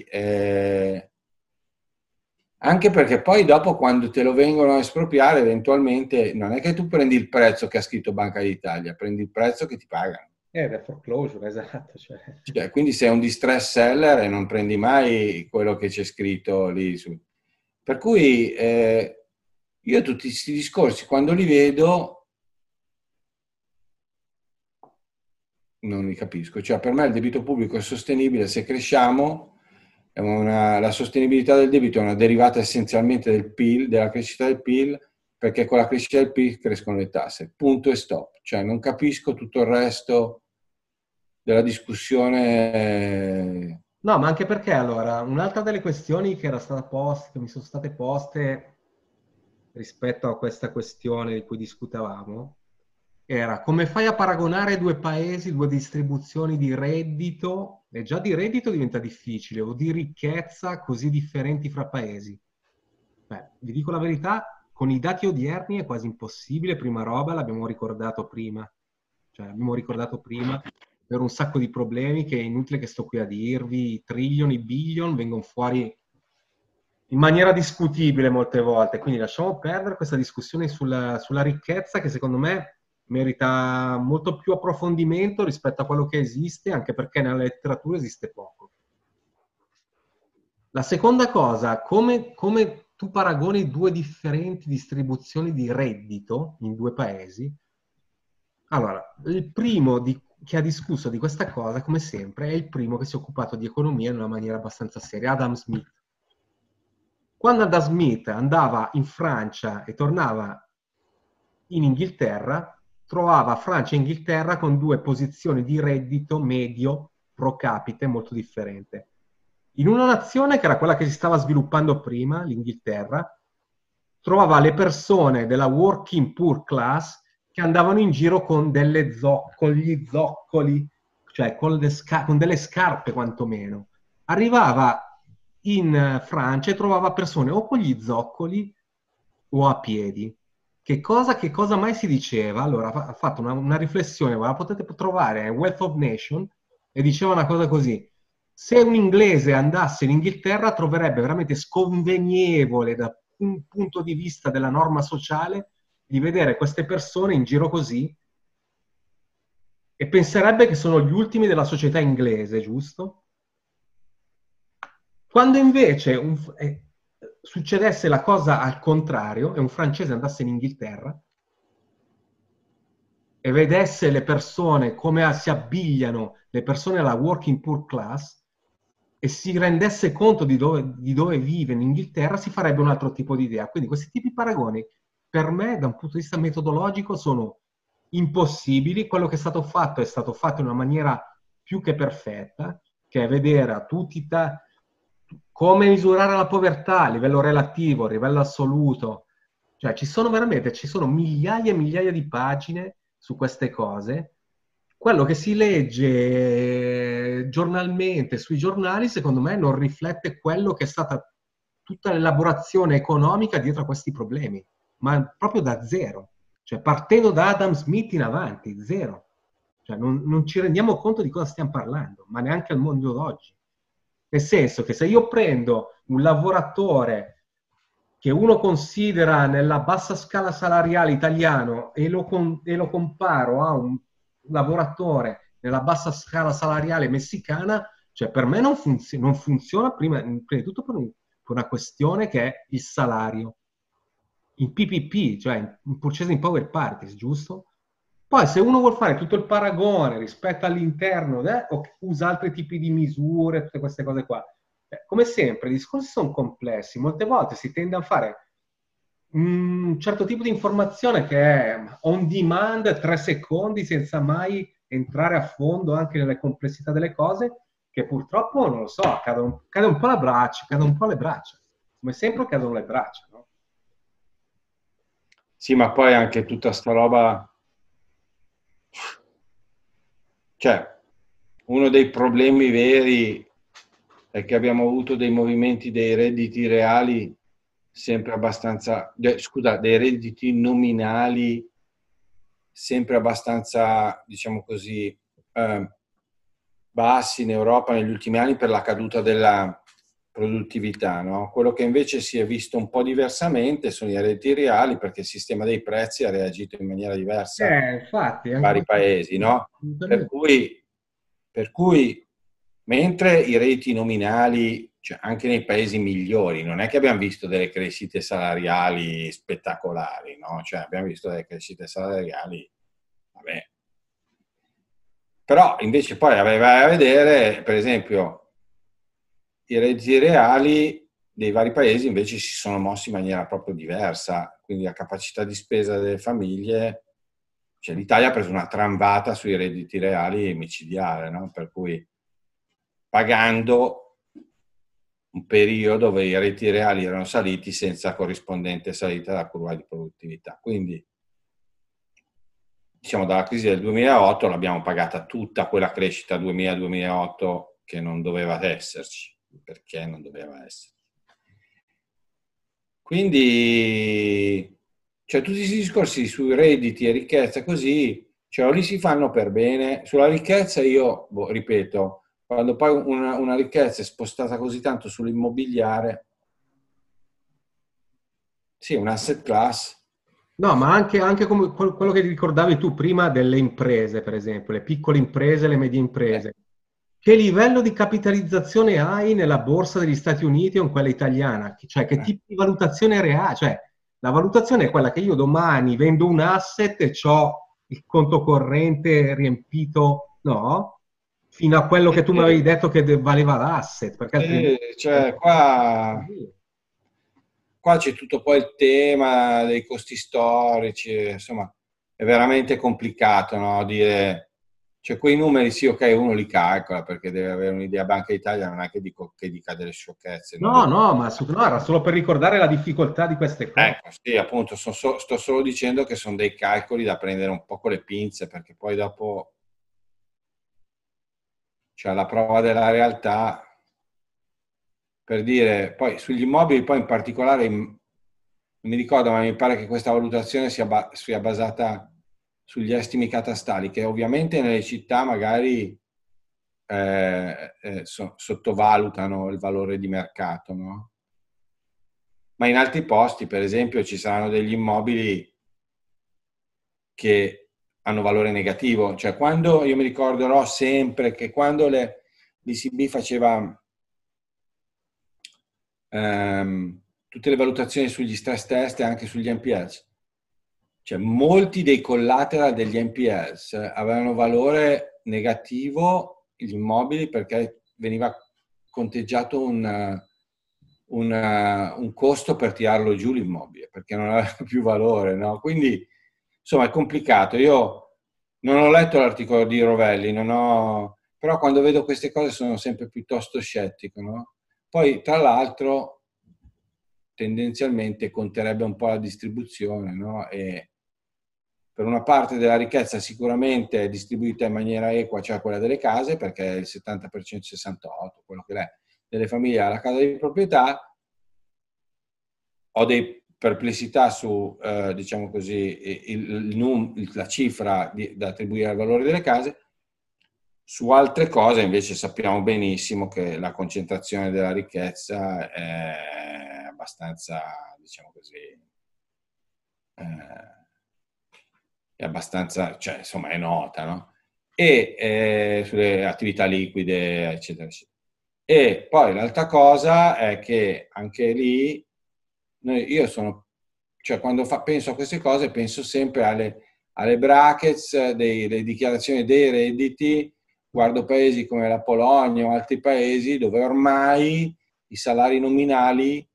anche perché poi dopo quando te lo vengono a espropriare eventualmente non è che tu prendi il prezzo che ha scritto Banca d'Italia, prendi il prezzo che ti pagano. The foreclosure, esatto. Cioè, quindi sei un distress seller e non prendi mai quello che c'è scritto lì su. Per cui io tutti questi discorsi quando li vedo non li capisco. Cioè, per me il debito pubblico è sostenibile se cresciamo. La sostenibilità del debito è una derivata essenzialmente del PIL, della crescita del PIL, perché con la crescita del PIL crescono le tasse. Punto e stop. Cioè non capisco tutto il resto della discussione. No, ma anche perché allora, un'altra delle questioni che era stata posta, che mi sono state poste rispetto a questa questione di cui discutevamo, era: come fai a paragonare due paesi, due distribuzioni di reddito? E già di reddito diventa difficile, o di ricchezza così differenti fra paesi. Beh, vi dico la verità, con i dati odierni è quasi impossibile. Prima roba, l'abbiamo ricordato prima. Cioè, abbiamo ricordato prima per un sacco di problemi che è inutile che sto qui a dirvi. I trillion, i billion vengono fuori in maniera discutibile molte volte. Quindi lasciamo perdere questa discussione sulla ricchezza, che secondo me merita molto più approfondimento rispetto a quello che esiste, anche perché nella letteratura esiste poco. La seconda cosa, come tu paragoni due differenti distribuzioni di reddito in due paesi. Allora, il primo che ha discusso di questa cosa, come sempre, è il primo che si è occupato di economia in una maniera abbastanza seria, Adam Smith. Quando Adam Smith andava in Francia e tornava in Inghilterra, trovava Francia e Inghilterra con due posizioni di reddito medio pro capite molto differenti. In una nazione che era quella che si stava sviluppando prima, l'Inghilterra, trovava le persone della working poor class che andavano in giro con gli zoccoli, cioè con delle scarpe quantomeno. Arrivava in Francia e trovava persone o con gli zoccoli o a piedi. Che cosa mai si diceva? Allora ha fatto una riflessione, la potete trovare in Wealth of Nation, e diceva una cosa così: se un inglese andasse in Inghilterra troverebbe veramente sconvenievole da un punto di vista della norma sociale di vedere queste persone in giro così, e penserebbe che sono gli ultimi della società inglese, giusto? Quando invece succedesse la cosa al contrario e un francese andasse in Inghilterra e vedesse le persone come si abbigliano le persone della working poor class e si rendesse conto di dove vive in Inghilterra, si farebbe un altro tipo di idea. Quindi questi tipi di paragoni per me da un punto di vista metodologico sono impossibili. Quello che è stato fatto in una maniera più che perfetta, che è vedere a tutti come misurare la povertà a livello relativo, a livello assoluto. Cioè ci sono migliaia e migliaia di pagine su queste cose. Quello che si legge giornalmente sui giornali, secondo me, non riflette quello che è stata tutta l'elaborazione economica dietro a questi problemi, ma proprio da zero. Cioè partendo da Adam Smith in avanti, zero. Cioè non ci rendiamo conto di cosa stiamo parlando, ma neanche al mondo d'oggi. Nel senso che se io prendo un lavoratore che uno considera nella bassa scala salariale italiano e lo comparo a un lavoratore nella bassa scala salariale messicana, cioè per me non funziona prima di tutto per una questione che è il salario. In PPP, cioè in Purchasing Power Parties, giusto? Poi se uno vuole fare tutto il paragone rispetto all'interno, o usa altri tipi di misure, tutte queste cose qua. Come sempre, i discorsi sono complessi. Molte volte si tende a fare un certo tipo di informazione che è on demand, 3 secondi, senza mai entrare a fondo anche nelle complessità delle cose, che purtroppo, non lo so, cade un po' le braccia. Come sempre cadono le braccia, no? Sì, ma poi anche tutta sta roba... Cioè, uno dei problemi veri è che abbiamo avuto dei movimenti dei redditi reali sempre abbastanza... dei redditi nominali sempre abbastanza, diciamo così, bassi in Europa negli ultimi anni per la caduta della produttività, no? Quello che invece si è visto un po' diversamente sono i redditi reali, perché il sistema dei prezzi ha reagito in maniera diversa infatti, in vari paesi, no? Per cui mentre i redditi nominali, cioè anche nei paesi migliori, non è che abbiamo visto delle crescite salariali spettacolari, no? Cioè abbiamo visto delle crescite salariali, vabbè. Però invece poi vai a vedere, per esempio, i redditi reali dei vari paesi invece si sono mossi in maniera proprio diversa, quindi la capacità di spesa delle famiglie, cioè l'Italia ha preso una tramvata sui redditi reali micidiale, no? Per cui pagando un periodo dove i redditi reali erano saliti senza corrispondente salita della curva di produttività. Quindi diciamo, dalla crisi del 2008 l'abbiamo pagata tutta quella crescita 2000-2008 che non doveva esserci, perché non doveva esserci. Quindi, cioè, tutti questi discorsi sui redditi e ricchezza così, cioè, o li si fanno per bene. Sulla ricchezza io, ripeto, quando poi una ricchezza è spostata così tanto sull'immobiliare, sì, un asset class. No, ma anche come quello che ricordavi tu prima delle imprese, per esempio, le piccole imprese, le medie imprese. Che livello di capitalizzazione hai nella borsa degli Stati Uniti o in quella italiana? Cioè, che tipo di valutazione reale? Cioè, la valutazione è quella che io domani vendo un asset e ho il conto corrente riempito, no? Fino a quello che tu mi avevi detto che valeva l'asset, perché altrimenti... Cioè, qua c'è tutto poi il tema dei costi storici, insomma, è veramente complicato, no? Dire, cioè, quei numeri sì, ok, uno li calcola perché deve avere un'idea. Banca Italia non è che dica delle sciocchezze. No, no, era solo per ricordare la difficoltà di queste cose. Ecco, sì, appunto, sto solo dicendo che sono dei calcoli da prendere un po' con le pinze, perché poi dopo, cioè, la prova della realtà, per dire, poi sugli immobili, poi in particolare, non mi ricordo, ma mi pare che questa valutazione sia basata sugli estimi catastali, che ovviamente nelle città magari sottovalutano il valore di mercato, no? Ma in altri posti, per esempio, ci saranno degli immobili che hanno valore negativo. Cioè, quando io mi ricorderò sempre che quando l'ECB faceva tutte le valutazioni sugli stress test e anche sugli NPLs, cioè molti dei collateral degli NPLs avevano valore negativo gli immobili perché veniva conteggiato un costo per tirarlo giù l'immobile, perché non aveva più valore, no? Quindi, insomma, è complicato. Io non ho letto l'articolo di Rovelli, però quando vedo queste cose sono sempre piuttosto scettico, no? Poi, tra l'altro, tendenzialmente conterebbe un po' la distribuzione, no? E per una parte della ricchezza sicuramente è distribuita in maniera equa, cioè quella delle case, perché il 70%, 68%, quello che è, delle famiglie ha la casa di proprietà. Ho dei perplessità su, diciamo così, la cifra da attribuire al valore delle case. Su altre cose invece sappiamo benissimo che la concentrazione della ricchezza è abbastanza, diciamo così, è abbastanza, cioè insomma è nota, no? E sulle attività liquide, eccetera, eccetera. E poi l'altra cosa è che anche lì, cioè quando penso a queste cose penso sempre alle brackets delle dichiarazioni dei redditi. Guardo paesi come la Polonia o altri paesi dove ormai i salari nominali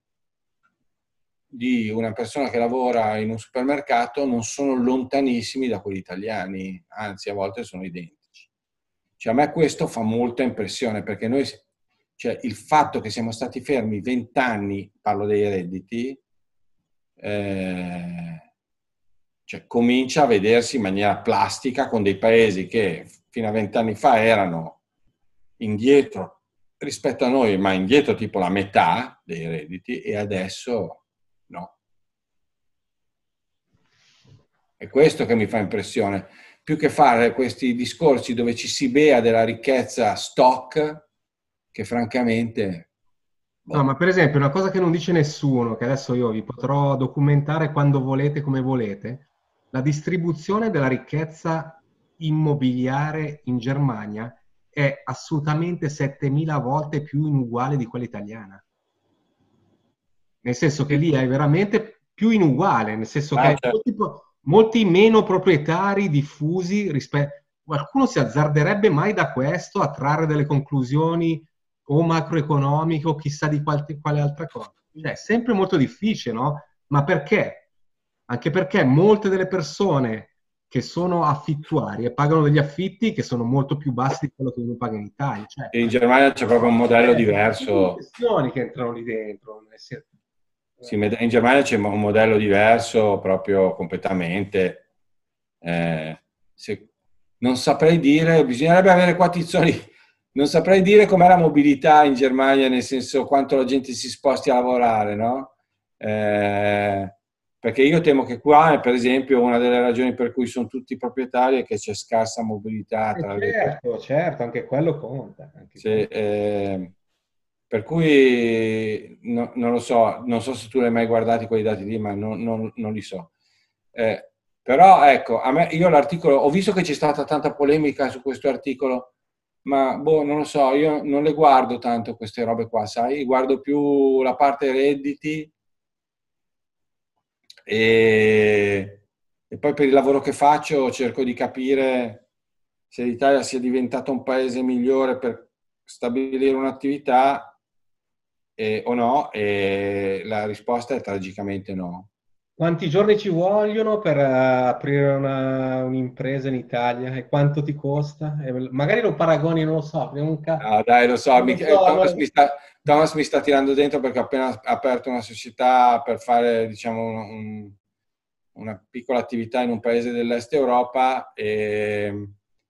di una persona che lavora in un supermercato non sono lontanissimi da quelli italiani, anzi a volte sono identici. Cioè, a me questo fa molta impressione, perché noi, cioè, il fatto che siamo stati fermi 20 anni, parlo dei redditi, cioè, comincia a vedersi in maniera plastica con dei paesi che fino a 20 anni fa erano indietro rispetto a noi, ma indietro tipo la metà dei redditi, e adesso no. È questo che mi fa impressione. Più che fare questi discorsi dove ci si bea della ricchezza stock, che francamente... No, ma per esempio una cosa che non dice nessuno, che adesso io vi potrò documentare quando volete, come volete, la distribuzione della ricchezza immobiliare in Germania è assolutamente 7000 volte più inuguale di quella italiana. Nel senso che lì è veramente più inuguale, nel senso che molti meno proprietari diffusi rispetto... Qualcuno si azzarderebbe mai da questo a trarre delle conclusioni o macroeconomiche o chissà di quale altra cosa. Cioè, è sempre molto difficile, no? Ma perché? Anche perché molte delle persone che sono affittuari e pagano degli affitti che sono molto più bassi di quello che uno paga in Italia. Cioè, in Germania c'è proprio un modello diverso. Questioni che entrano lì dentro. Sì, in Germania c'è un modello diverso proprio completamente. non saprei dire, bisognerebbe avere qua Tizzoni, non saprei dire com'è la mobilità in Germania, nel senso quanto la gente si sposti a lavorare, no? Perché io temo che qua, per esempio, una delle ragioni per cui sono tutti proprietari è che c'è scarsa mobilità tra le certo, anche quello conta. Per cui non lo so, non so se tu li hai mai guardati quei dati lì, ma non li so. Però ecco, io l'articolo, ho visto che c'è stata tanta polemica su questo articolo, ma non lo so, io non le guardo tanto queste robe qua, sai? Guardo più la parte redditi e poi per il lavoro che faccio cerco di capire se l'Italia sia diventato un paese migliore per stabilire un'attività o no, e la risposta è tragicamente no. Quanti giorni ci vogliono per aprire un'impresa in Italia e quanto ti costa? Magari lo paragoni, non lo so. No, dai, lo so. Thomas mi sta tirando dentro perché ho appena aperto una società per fare, diciamo, una piccola attività in un paese dell'est Europa e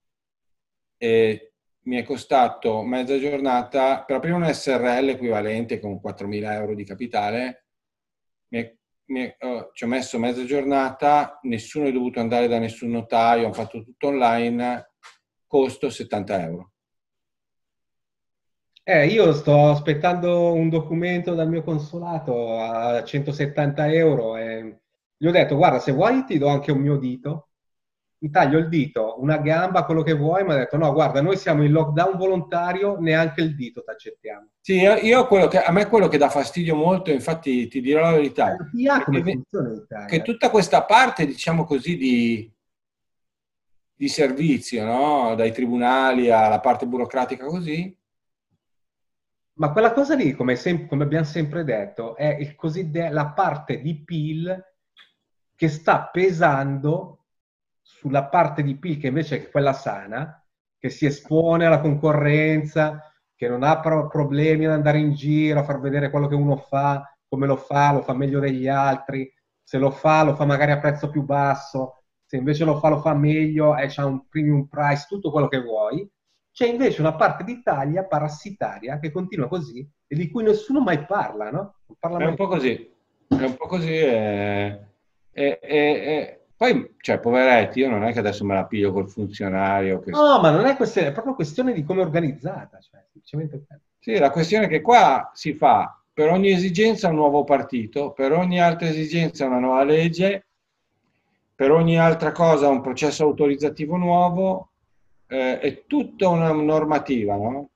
mi è costato mezza giornata per aprire un SRL equivalente con 4.000 euro di capitale. Ci ho messo mezza giornata, nessuno è dovuto andare da nessun notaio, ho fatto tutto online, costo 70 euro. Io sto aspettando un documento dal mio consolato a 170 euro e gli ho detto, guarda, se vuoi ti do anche un mio dito, mi taglio il dito, una gamba, quello che vuoi, ma ha detto, no, guarda, noi siamo in lockdown volontario, neanche il dito ti accettiamo. Sì, a me quello che dà fastidio molto, infatti ti dirò la verità, come funziona in Italia? Che tutta questa parte, diciamo così, di servizio, no? Dai tribunali alla parte burocratica così. Ma quella cosa lì, come abbiamo sempre detto, è la parte di PIL che sta pesando sulla parte di PIL che invece è quella sana, che si espone alla concorrenza, che non ha problemi ad andare in giro a far vedere quello che uno fa, come lo fa meglio degli altri, se lo fa magari a prezzo più basso, se invece lo fa meglio e c'ha un premium price, tutto quello che vuoi. C'è invece una parte d'Italia parassitaria che continua così e di cui nessuno mai parla, no? Non parla mai. È un po' così poi, cioè, poveretti, io non è che adesso me la piglio col funzionario. No, ma non è questione, è proprio questione di come è organizzata. Cioè, semplicemente. Sì, la questione è che qua si fa per ogni esigenza un nuovo partito, per ogni altra esigenza una nuova legge, per ogni altra cosa un processo autorizzativo nuovo, è tutta una normativa, no?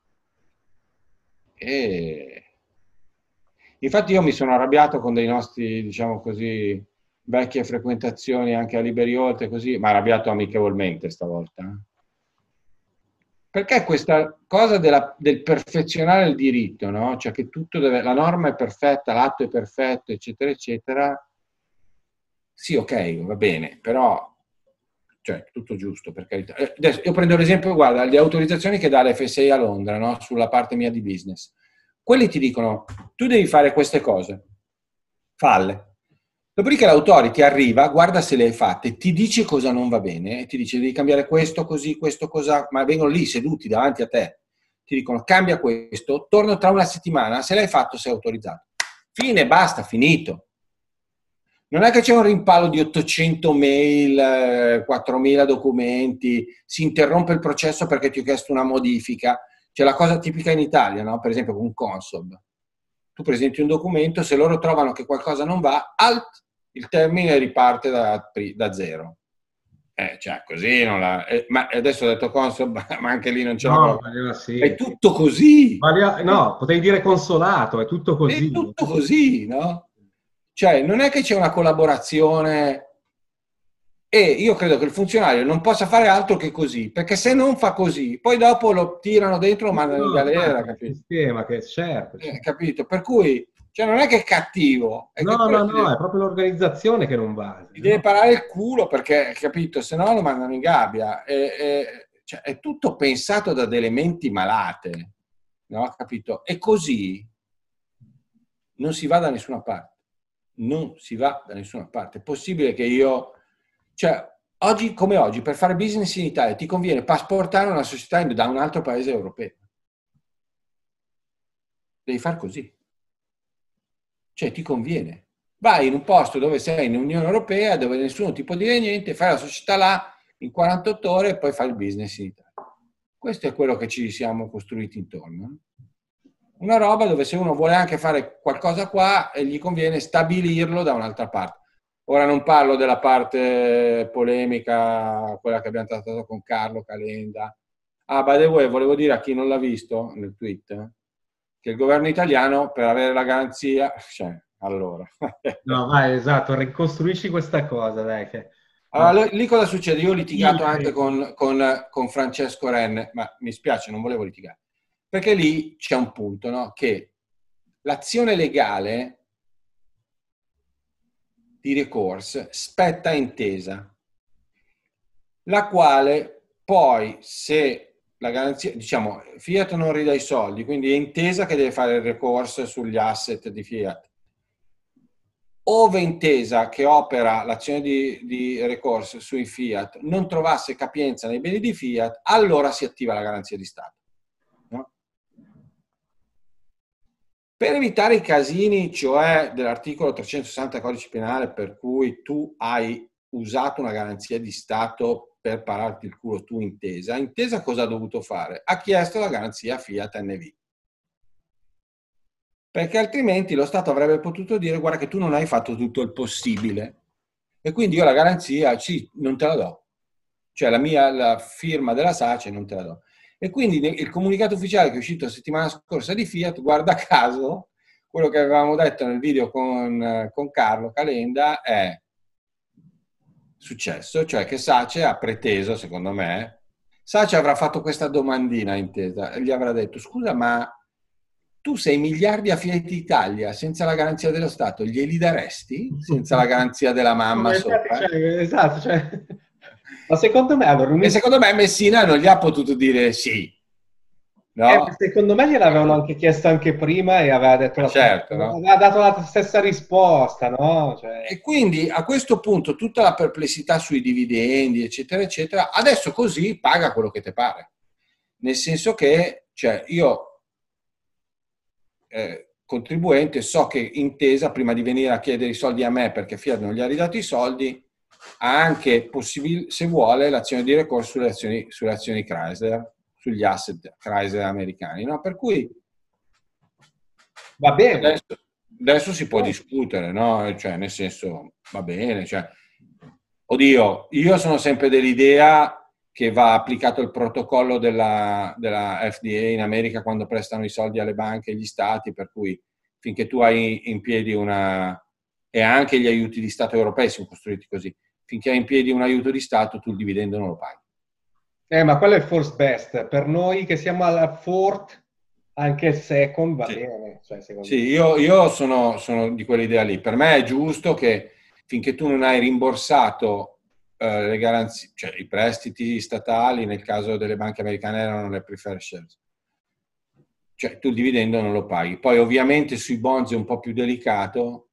E infatti io mi sono arrabbiato con dei nostri, diciamo così, vecchie frequentazioni anche a Liberi Oltre, così, ma arrabbiato amichevolmente stavolta. Perché questa cosa del perfezionare il diritto, no? Cioè che la norma è perfetta, l'atto è perfetto, eccetera, eccetera. Sì, ok, va bene, però, cioè, tutto giusto, per carità. Adesso io prendo l'esempio, guarda, le autorizzazioni che dà l'FSI a Londra, no? Sulla parte mia di business. Quelli ti dicono, tu devi fare queste cose, falle. Dopodiché l'autority arriva, guarda se le hai fatte, ti dice cosa non va bene e ti dice devi cambiare questo, così, questo, cosa, ma vengono lì seduti davanti a te, ti dicono cambia questo, torno tra una settimana, se l'hai fatto sei autorizzato. Fine, basta, finito. Non è che c'è un rimpallo di 800 mail, 4.000 documenti, si interrompe il processo perché ti ho chiesto una modifica. C'è la cosa tipica in Italia, no? Per esempio con Consob. Tu presenti un documento, se loro trovano che qualcosa non va, il termine riparte da zero. Cioè, così non la... ma adesso ho detto Consob, ma anche lì non c'è sì. È tutto così. No, potevi dire consolato, è tutto così. È tutto così, no? Cioè, non è che c'è una collaborazione e io credo che il funzionario non possa fare altro che così, perché se non fa così, poi dopo lo tirano dentro e lo mandano in galera, capito? Il sistema che certo. Capito? Per cui, cioè, non è che è cattivo. È no, è proprio l'organizzazione che non va. Ti deve parare il culo perché, capito? Se no lo mandano in gabbia. Cioè, è tutto pensato da delle menti malate, no? Capito? E così non si va da nessuna parte. Non si va da nessuna parte. È possibile che io... Cioè, Oggi come oggi, per fare business in Italia ti conviene pasportare una società da un altro paese europeo. Devi far così. Cioè ti conviene. Vai in un posto dove sei in Unione Europea, dove nessuno ti può dire niente, fai la società là in 48 ore e poi fai il business in Italia. Questo è quello che ci siamo costruiti intorno. Una roba dove se uno vuole anche fare qualcosa qua, gli conviene stabilirlo da un'altra parte. Ora non parlo della parte polemica, quella che abbiamo trattato con Carlo Calenda. By the way, volevo dire a chi non l'ha visto nel tweet, che il governo italiano per avere la garanzia... allora... No, vai, esatto, ricostruisci questa cosa, dai. Allora, lì cosa succede? Io ho litigato anche con Francesco Renne, ma mi spiace, non volevo litigare. Perché lì c'è un punto, no? Che l'azione legale di ricorso spetta a Intesa, la quale poi, se la garanzia, diciamo, Fiat non ridà i soldi, quindi è Intesa che deve fare il ricorso sugli asset di Fiat. Ove Intesa, che opera l'azione di ricorso sui Fiat, non trovasse capienza nei beni di Fiat, allora si attiva la garanzia di Stato. No? Per evitare i casini, cioè dell'articolo 360 codice penale, per cui tu hai usato una garanzia di Stato per pararti il culo tu Intesa, Intesa cosa ha dovuto fare? Ha chiesto la garanzia Fiat NV. Perché altrimenti lo Stato avrebbe potuto dire guarda che tu non hai fatto tutto il possibile e quindi io la garanzia non te la do. Cioè la firma della SACE non te la do. E quindi il comunicato ufficiale che è uscito la settimana scorsa di Fiat, guarda caso, quello che avevamo detto nel video con Carlo Calenda è successo, cioè che SACE ha preteso, secondo me, SACE avrà fatto questa domandina a Intesa e gli avrà detto scusa ma tu 6 miliardi a Fiat Italia senza la garanzia dello Stato, glieli daresti? Senza la garanzia della mamma sopra? Esatto, cioè... Ma secondo me... Allora, e secondo me Messina non gli ha potuto dire sì. No? Secondo me gliel'avevano anche chiesto anche prima e aveva detto certo, no? Aveva dato la stessa risposta, no? Cioè... E quindi a questo punto tutta la perplessità sui dividendi, eccetera, eccetera, adesso così paga quello che ti pare. Nel senso che, cioè, io... contribuente, so che Intesa prima di venire a chiedere i soldi a me perché Fiat non gli ha ridato i soldi ha anche possibile, se vuole, l'azione di ricorso sulle azioni Chrysler, sugli asset Chrysler americani, no? Per cui va bene, adesso si può discutere, no? Cioè, nel senso, va bene, cioè, oddio, io sono sempre dell'idea che va applicato il protocollo della FDA in America quando prestano i soldi alle banche e agli stati, per cui finché tu hai in piedi e anche gli aiuti di Stato europei sono costruiti così, finché hai in piedi un aiuto di Stato tu il dividendo non lo paghi. Ma quello è il first best, per noi che siamo alla fourth, anche il second va bene. Cioè, sì, io sono di quell'idea lì, per me è giusto che finché tu non hai rimborsato le garanzie, cioè i prestiti statali nel caso delle banche americane erano le preferred shares, cioè tu il dividendo non lo paghi. Poi ovviamente sui bonds è un po' più delicato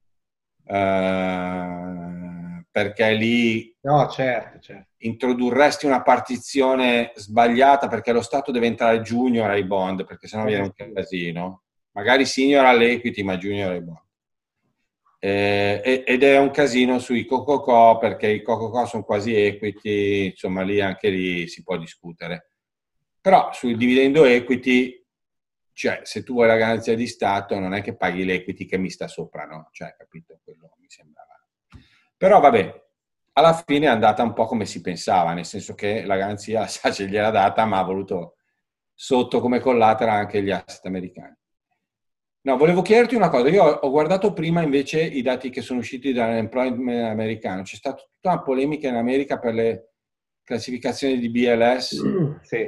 perché lì certo. introdurresti una partizione sbagliata perché lo Stato deve entrare junior ai bond perché sennò viene un casino, magari senior all'equity ma junior ai bond. Ed è un casino sui co-co-co perché i co-co-co sono quasi equity, insomma lì anche lì si può discutere. Però sul dividendo equity, cioè se tu vuoi la garanzia di Stato non è che paghi l'equity che mi sta sopra, no? Cioè, capito? Quello mi sembrava. Però vabbè, alla fine è andata un po' come si pensava, nel senso che la garanzia SACE gliel'ha data ma ha voluto sotto come collateral anche gli asset americani. No, volevo chiederti una cosa. Io ho guardato prima invece i dati che sono usciti dall'employment americano. C'è stata tutta una polemica in America per le classificazioni di BLS. Sì.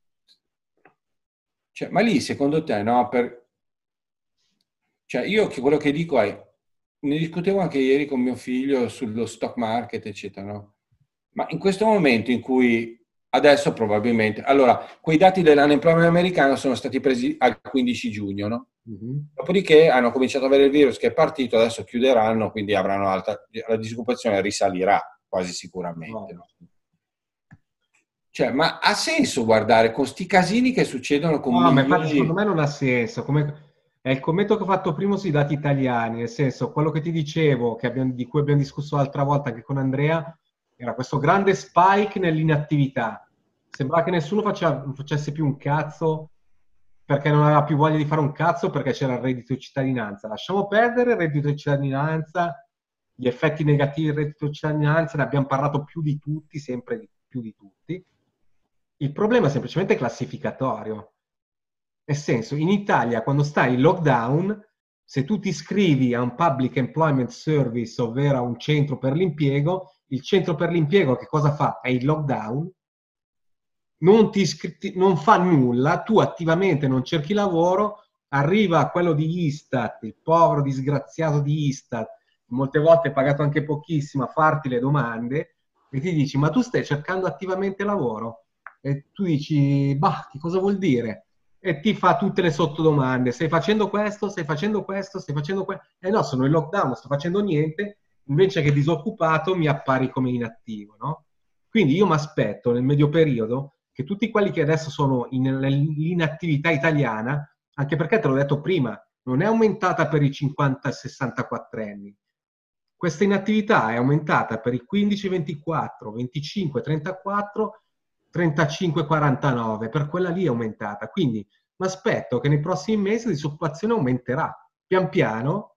Cioè, ma lì, secondo te, no? Cioè, io quello che dico è, ne discutevo anche ieri con mio figlio sullo stock market, eccetera, no? Ma in questo momento in cui adesso probabilmente... Allora, quei dati dell'unemployment americano sono stati presi al 15 giugno, no? Dopodiché hanno cominciato ad avere il virus che è partito, adesso chiuderanno, quindi avranno la disoccupazione risalirà. quasi sicuramente. No. Cioè, ma ha senso guardare con sti casini che succedono con No, ma infatti secondo milioni? me non ha senso. È il commento che ho fatto prima sui dati italiani, nel senso, quello che ti dicevo, di cui abbiamo discusso l'altra volta anche con Andrea, era questo grande spike nell'inattività. Sembrava che nessuno non facesse più un cazzo perché non aveva più voglia di fare un cazzo perché c'era il reddito di cittadinanza. Lasciamo perdere il reddito di cittadinanza, gli effetti negativi del reddito di cittadinanza, ne abbiamo parlato più di tutti, più di tutti. Il problema è semplicemente classificatorio. Nel senso, in Italia, quando stai in lockdown, se tu ti iscrivi a un Public Employment Service, ovvero a un centro per l'impiego, il centro per l'impiego che cosa fa? È in lockdown, non fa nulla, tu attivamente non cerchi lavoro, arriva quello di Istat, il povero disgraziato di Istat, molte volte pagato anche pochissimo, a farti le domande e ti dici, ma tu stai cercando attivamente lavoro? E tu dici, bah, che cosa vuol dire? E ti fa tutte le sottodomande, stai facendo questo, stai facendo questo, stai facendo questo? No, sono in lockdown, non sto facendo niente, invece che disoccupato mi appari come inattivo, no? Quindi io mi aspetto nel medio periodo che tutti quelli che adesso sono in italiana, anche perché te l'ho detto prima, non è aumentata per i 50-64 anni. Questa inattività è aumentata per i 15-24, 25-34, 35-49, per quella lì è aumentata. Quindi mi aspetto che nei prossimi mesi la disoccupazione aumenterà, pian piano,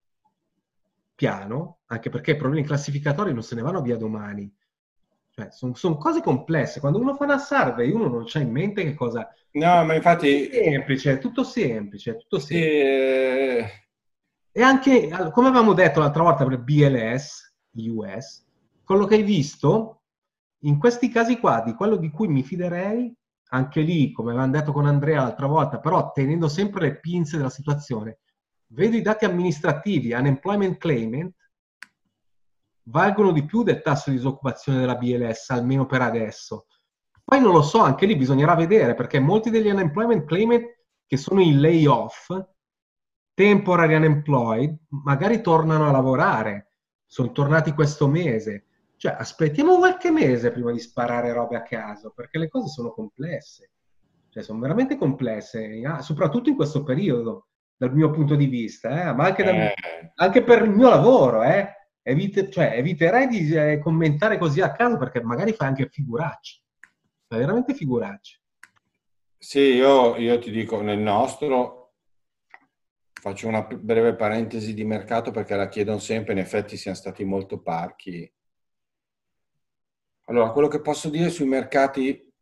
anche perché i problemi classificatori non se ne vanno via domani. Cioè, sono cose complesse. Quando uno fa una survey, uno non c'ha in mente che cosa... No, ma infatti... È tutto semplice, tutto Sì, semplice. E anche, come avevamo detto l'altra volta per BLS, US, quello che hai visto, in questi casi qua, di quello di cui mi fiderei, anche lì, come avevamo detto con Andrea l'altra volta, però tenendo sempre le pinze della situazione, vedo i dati amministrativi, unemployment claimant, valgono di più del tasso di disoccupazione della BLS, almeno per adesso. Poi non lo so, anche lì bisognerà vedere, perché molti degli unemployment claimant che sono in layoff, temporary unemployed, magari tornano a lavorare, sono tornati questo mese. Cioè, aspettiamo qualche mese prima di sparare robe a caso, perché le cose sono complesse. Cioè, sono veramente complesse, soprattutto in questo periodo, dal mio punto di vista, ma anche per il mio lavoro, eviterei di commentare così a caso, perché magari fai anche figuracce. Fai veramente figuracce. Sì, io ti dico, nel nostro... Faccio una breve parentesi di mercato perché la chiedono sempre, in effetti siamo stati molto parchi. Allora, quello che posso dire sui mercati,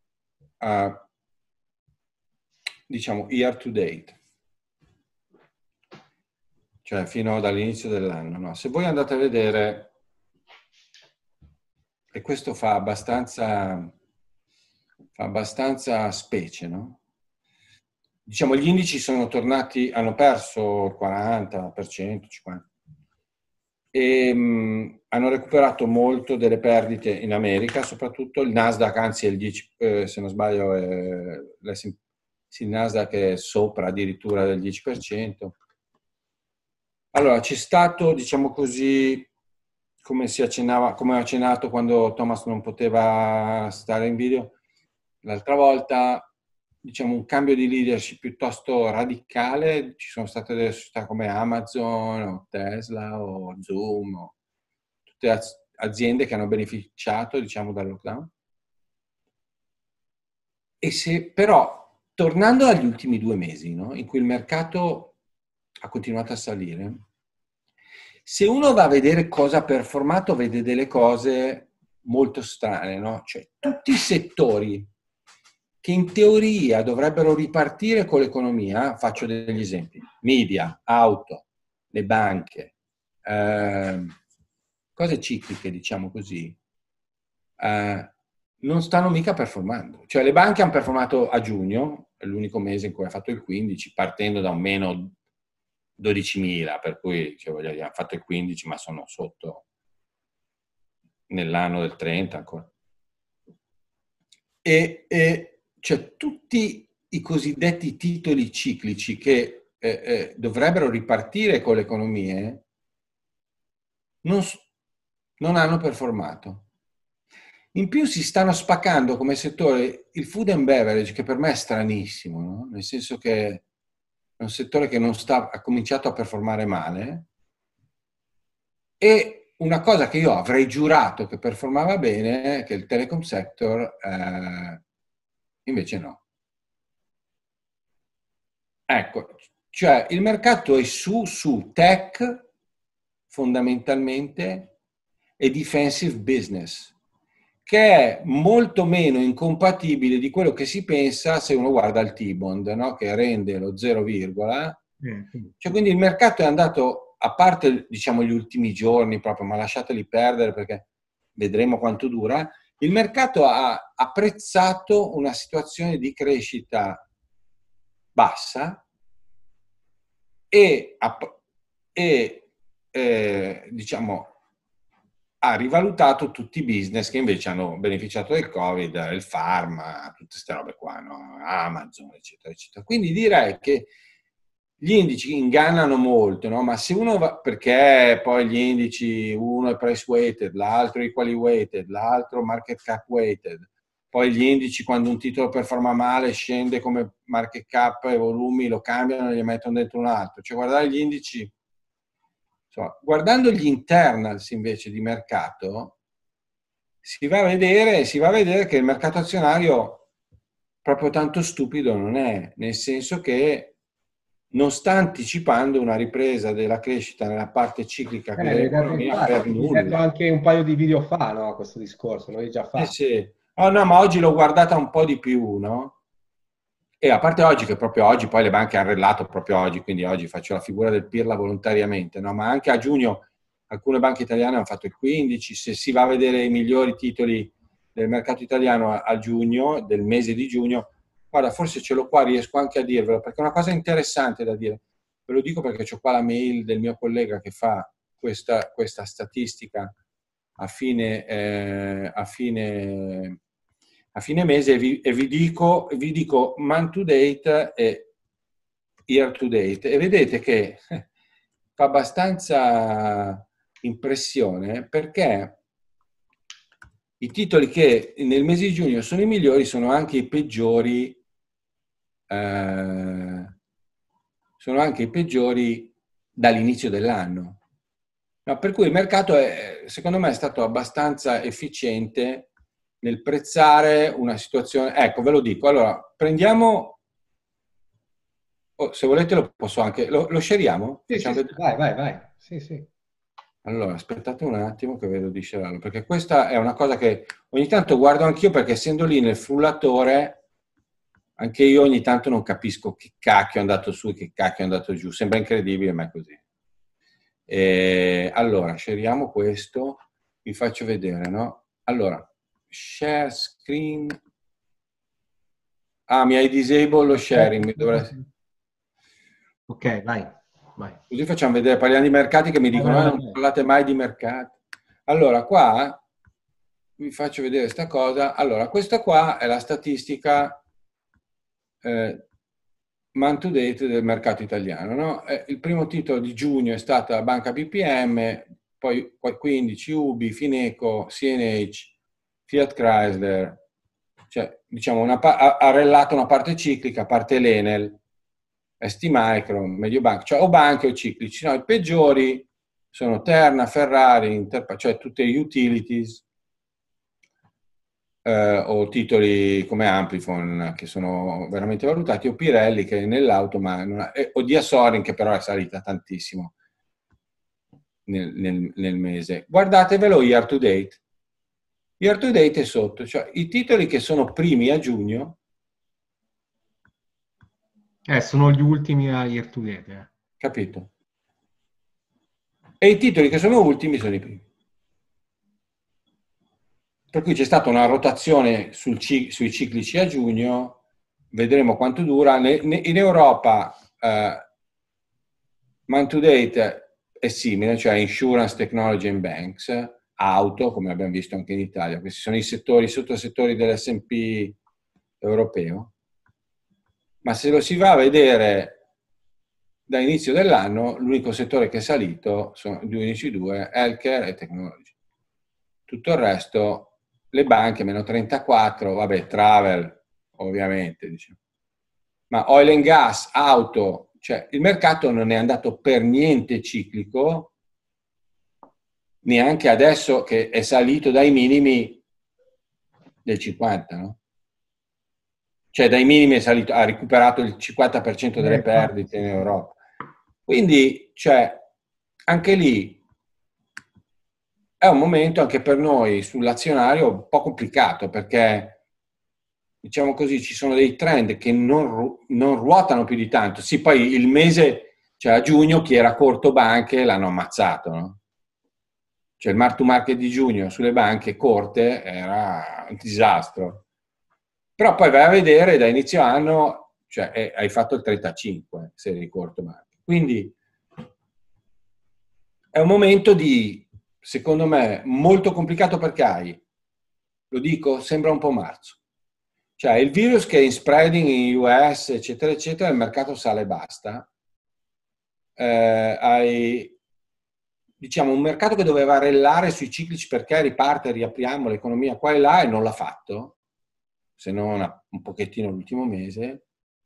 diciamo, year to date, cioè fino dall'inizio dell'anno, no? Se voi andate a vedere, e questo fa abbastanza specie, no? Diciamo, gli indici sono tornati, hanno perso il 40%, 50%, e hanno recuperato molto delle perdite in America, soprattutto il Nasdaq, anzi il 10%, se non sbaglio, il Nasdaq è sopra addirittura del 10%. Allora, c'è stato, diciamo così, come ho accennato quando Thomas non poteva stare in video l'altra volta, diciamo un cambio di leadership piuttosto radicale. Ci sono state delle società come Amazon o Tesla o Zoom, o tutte aziende che hanno beneficiato, diciamo, dal lockdown. E se però, tornando agli ultimi 2 mesi, no, in cui il mercato ha continuato a salire, se uno va a vedere cosa ha performato, vede delle cose molto strane, no? Cioè, tutti i settori che in teoria dovrebbero ripartire con l'economia, faccio degli esempi: media, auto, le banche, cose cicliche, diciamo così, non stanno mica performando. Cioè, le banche hanno performato a giugno, è l'unico mese in cui ha fatto il 15, partendo da un meno 12.000, per cui hanno fatto il 15, ma sono sotto nell'anno del 30 ancora. Cioè, tutti i cosiddetti titoli ciclici che dovrebbero ripartire con le economie non hanno performato. In più si stanno spaccando come settore il food and beverage, che per me è stranissimo, no? Nel senso che è un settore che ha cominciato a performare male, e una cosa che io avrei giurato che performava bene, che il telecom sector, invece no. Ecco, cioè il mercato è su tech fondamentalmente e defensive business, che è molto meno incompatibile di quello che si pensa se uno guarda il T-bond, no? Che rende lo 0, cioè, quindi il mercato è andato, a parte diciamo gli ultimi giorni proprio, ma lasciateli perdere perché vedremo quanto dura, il mercato ha apprezzato una situazione di crescita bassa e diciamo ha rivalutato tutti i business che invece hanno beneficiato del Covid, il pharma, tutte queste robe qua, no? Amazon, eccetera, eccetera. Quindi direi che gli indici ingannano molto, no? Ma se uno va, perché poi gli indici, uno è price weighted, l'altro equally weighted, l'altro market cap weighted, poi gli indici quando un titolo performa male scende come market cap e volumi, lo cambiano e gli mettono dentro un altro. Cioè guardare gli indici, insomma, guardando gli internals invece di mercato, si va a vedere che il mercato azionario proprio tanto stupido non è, nel senso che non sta anticipando una ripresa della crescita nella parte ciclica dell'economia per nulla. Ho anche un paio di video fa, no, questo discorso, l'hai già fatto. Sì. Oh no, ma oggi l'ho guardata un po' di più, no? E a parte oggi, che proprio oggi poi le banche hanno rellato proprio oggi, quindi oggi faccio la figura del pirla volontariamente, no? Ma anche a giugno alcune banche italiane hanno fatto il 15, se si va a vedere i migliori titoli del mercato italiano a giugno, del mese di giugno, guarda, forse ce l'ho qua, riesco anche a dirvelo, perché è una cosa interessante da dire. Ve lo dico perché ho qua la mail del mio collega che fa questa statistica a fine mese e vi dico month to date e year to date, e vedete che fa abbastanza impressione, perché i titoli che nel mese di giugno sono i migliori sono anche i peggiori dall'inizio dell'anno. No, per cui il mercato secondo me è stato abbastanza efficiente nel prezzare una situazione. Ecco, ve lo dico. Allora, prendiamo, se volete lo posso anche, lo shareiamo? Sì, vai. Sì. Allora, aspettate un attimo che vedo di shararlo, perché questa è una cosa che ogni tanto guardo anch'io, perché essendo lì nel frullatore, anche io ogni tanto non capisco che cacchio è andato su e che cacchio è andato giù. Sembra incredibile, ma è così. Allora, scegliamo questo, vi faccio vedere, no? Allora, share screen. Ah, mi hai disable lo sharing. Ok, vai. Così facciamo vedere, parliamo di mercati che mi dicono non parlate mai di mercati. Allora, qua vi faccio vedere questa cosa. Allora, questa qua è la statistica month to date del mercato italiano, no? Il primo titolo di giugno è stata Banca BPM, poi 15 UBI, Fineco, CNH, Fiat Chrysler, cioè diciamo ha rellato una parte ciclica, parte l'Enel, ST Micro, Mediobanca, cioè o banche o ciclici, no? I peggiori sono Terna, Ferrari, cioè tutte utilities, o titoli come Amplifon che sono veramente valutati, o Pirelli che è nell'auto, o Diasorin che però è salita tantissimo nel mese. Guardatevelo year to date. Year to date è sotto, cioè i titoli che sono primi a giugno sono gli ultimi a year to date. Capito? E i titoli che sono ultimi sono i primi. Per cui c'è stata una rotazione sui ciclici a giugno, vedremo quanto dura. In Europa month to date è simile, cioè insurance, technology and banks, auto, come abbiamo visto anche in Italia. Questi sono i sottosettori dell'S&P europeo. Ma se lo si va a vedere da inizio dell'anno, l'unico settore che è salito, sono gli unici due, healthcare e technology. tutto il resto, le banche meno 34, vabbè, travel ovviamente, diciamo. Ma oil and gas, auto, cioè il mercato non è andato per niente ciclico, neanche adesso che è salito dai minimi del 50, no? Cioè dai minimi è salito, ha recuperato il 50% delle perdite in Europa. Quindi, cioè, anche lì è un momento anche per noi sull'azionario un po' complicato, perché, diciamo così, ci sono dei trend che non ruotano più di tanto. Sì, poi il mese, cioè a giugno, chi era corto banche l'hanno ammazzato, no? Cioè il mark to market di giugno sulle banche corte era un disastro. Però poi vai a vedere da inizio anno, cioè hai fatto il 35 se eri corto banche. Quindi è un momento secondo me, molto complicato perché lo dico, sembra un po' marzo. Cioè il virus che è in spreading in US, eccetera, eccetera, il mercato sale e basta. Hai, diciamo, un mercato che doveva rellare sui ciclici perché riparte, riapriamo l'economia qua e là, e non l'ha fatto, se non un pochettino l'ultimo mese.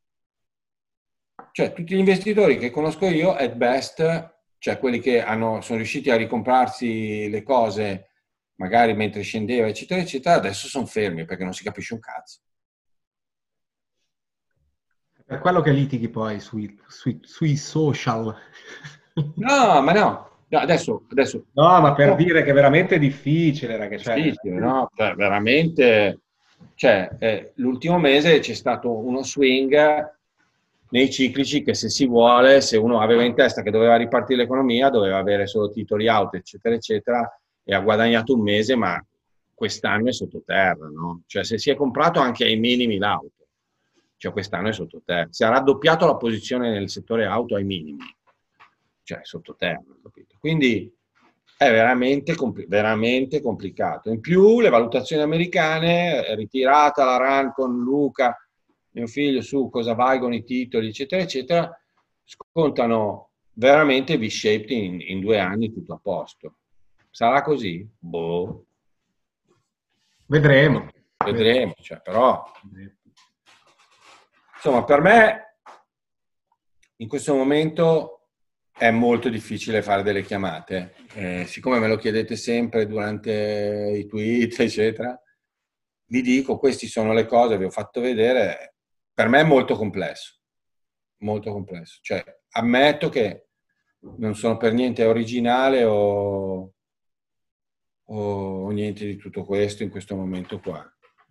Cioè tutti gli investitori che conosco io, at best, cioè quelli che sono riusciti a ricomprarsi le cose magari mentre scendeva, eccetera, eccetera, adesso sono fermi perché non si capisce un cazzo. Per quello che litighi poi sui social. No, ma no. No, adesso No, ma per dire che è veramente difficile, ragazzi. difficile, no? Cioè, veramente, cioè, l'ultimo mese c'è stato uno swing nei ciclici che, se si vuole, se uno aveva in testa che doveva ripartire l'economia, doveva avere solo titoli auto, eccetera, eccetera, e ha guadagnato un mese, ma quest'anno è sottoterra, no? Cioè se si è comprato anche ai minimi l'auto, cioè quest'anno è sottoterra. Si è raddoppiato la posizione nel settore auto ai minimi, cioè sottoterra, capito? Quindi è veramente complicato. In più le valutazioni americane, ritirata la run con Luca, mio figlio, su cosa valgono i titoli, eccetera, eccetera, scontano veramente V-shaped in 2 anni tutto a posto. Sarà così? Boh. Vedremo. Cioè, però, insomma, per me in questo momento è molto difficile fare delle chiamate. Siccome me lo chiedete sempre durante i tweet, eccetera, vi dico, queste sono le cose, vi ho fatto vedere. Per me è molto complesso. Molto complesso. Cioè, ammetto che non sono per niente originale o niente di tutto questo in questo momento qua.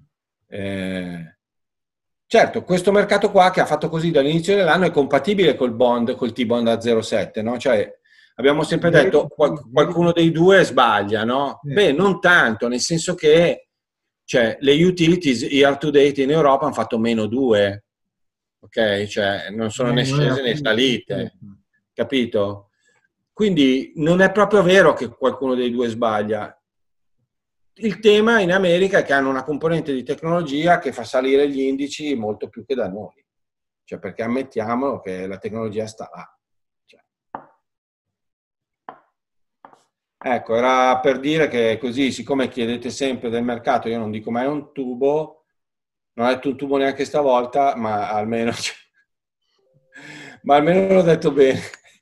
Certo, questo mercato qua che ha fatto così dall'inizio dell'anno è compatibile col T-bond a 0,7, no? Cioè, abbiamo sempre detto qualcuno dei due sbaglia, no? Beh, non tanto, nel senso che, cioè, le utilities year to date in Europa hanno fatto -2, ok? Cioè non sono né scese né salite, capito? Quindi non è proprio vero che qualcuno dei due sbaglia. Il tema in America è che hanno una componente di tecnologia che fa salire gli indici molto più che da noi, cioè perché ammettiamolo che la tecnologia sta là. Cioè. Ecco, era per dire che così, siccome chiedete sempre del mercato, io non dico mai un tubo, non ho detto un tubo neanche stavolta, ma almeno l'ho detto bene.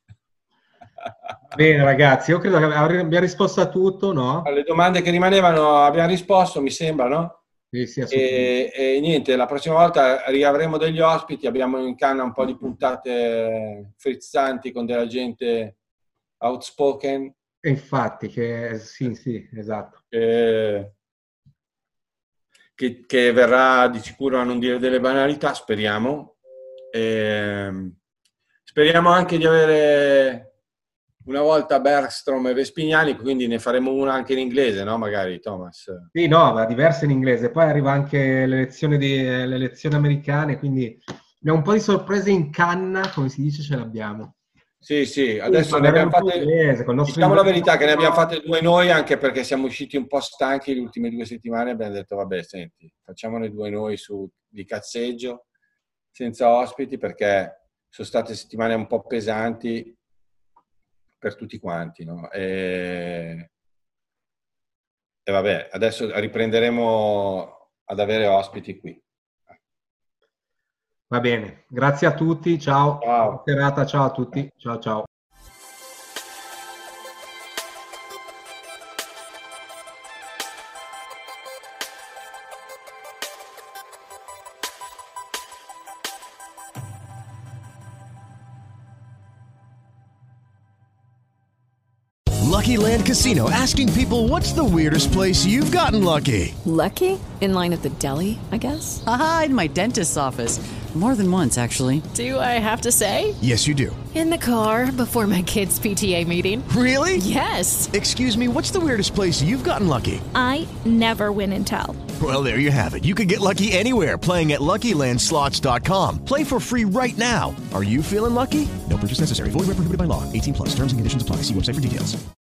Bene ragazzi, io credo che abbia risposto a tutto, no? Alle domande che rimanevano abbiamo risposto, mi sembra, no? Sì, e niente, la prossima volta riavremo degli ospiti, abbiamo in canna un po' di puntate frizzanti con della gente outspoken. E infatti, sì, esatto. Che verrà di sicuro a non dire delle banalità, speriamo. Speriamo anche di avere una volta Bergstrom e Vespignani, quindi ne faremo una anche in inglese, no? Magari, Thomas. Sì, no, ma diverse in inglese. Poi arriva anche le elezioni americane, quindi abbiamo un po' di sorprese in canna, come si dice, ce l'abbiamo. Sì, adesso ne abbiamo fatte, inglese, diciamo la verità, che ne abbiamo fatte 2 noi, anche perché siamo usciti un po' stanchi le ultime 2 settimane, abbiamo detto, vabbè, senti, facciamone 2 noi di cazzeggio, senza ospiti, perché sono state settimane un po' pesanti per tutti quanti, no? E vabbè, adesso riprenderemo ad avere ospiti qui. Va bene, grazie a tutti, ciao. Ciao. Buona serata, ciao a tutti, ciao ciao. Lucky Land Casino, asking people, what's the weirdest place you've gotten lucky? Lucky? In line at the deli, I guess? Aha, in my dentist's office. More than once, actually. Do I have to say? Yes, you do. In the car before my kids' PTA meeting. Really? Yes. Excuse me, what's the weirdest place you've gotten lucky? I never win and tell. Well, there you have it. You can get lucky anywhere, playing at LuckyLandSlots.com. Play for free right now. Are you feeling lucky? No purchase necessary. Void where prohibited by law. 18+. Terms and conditions apply. See website for details.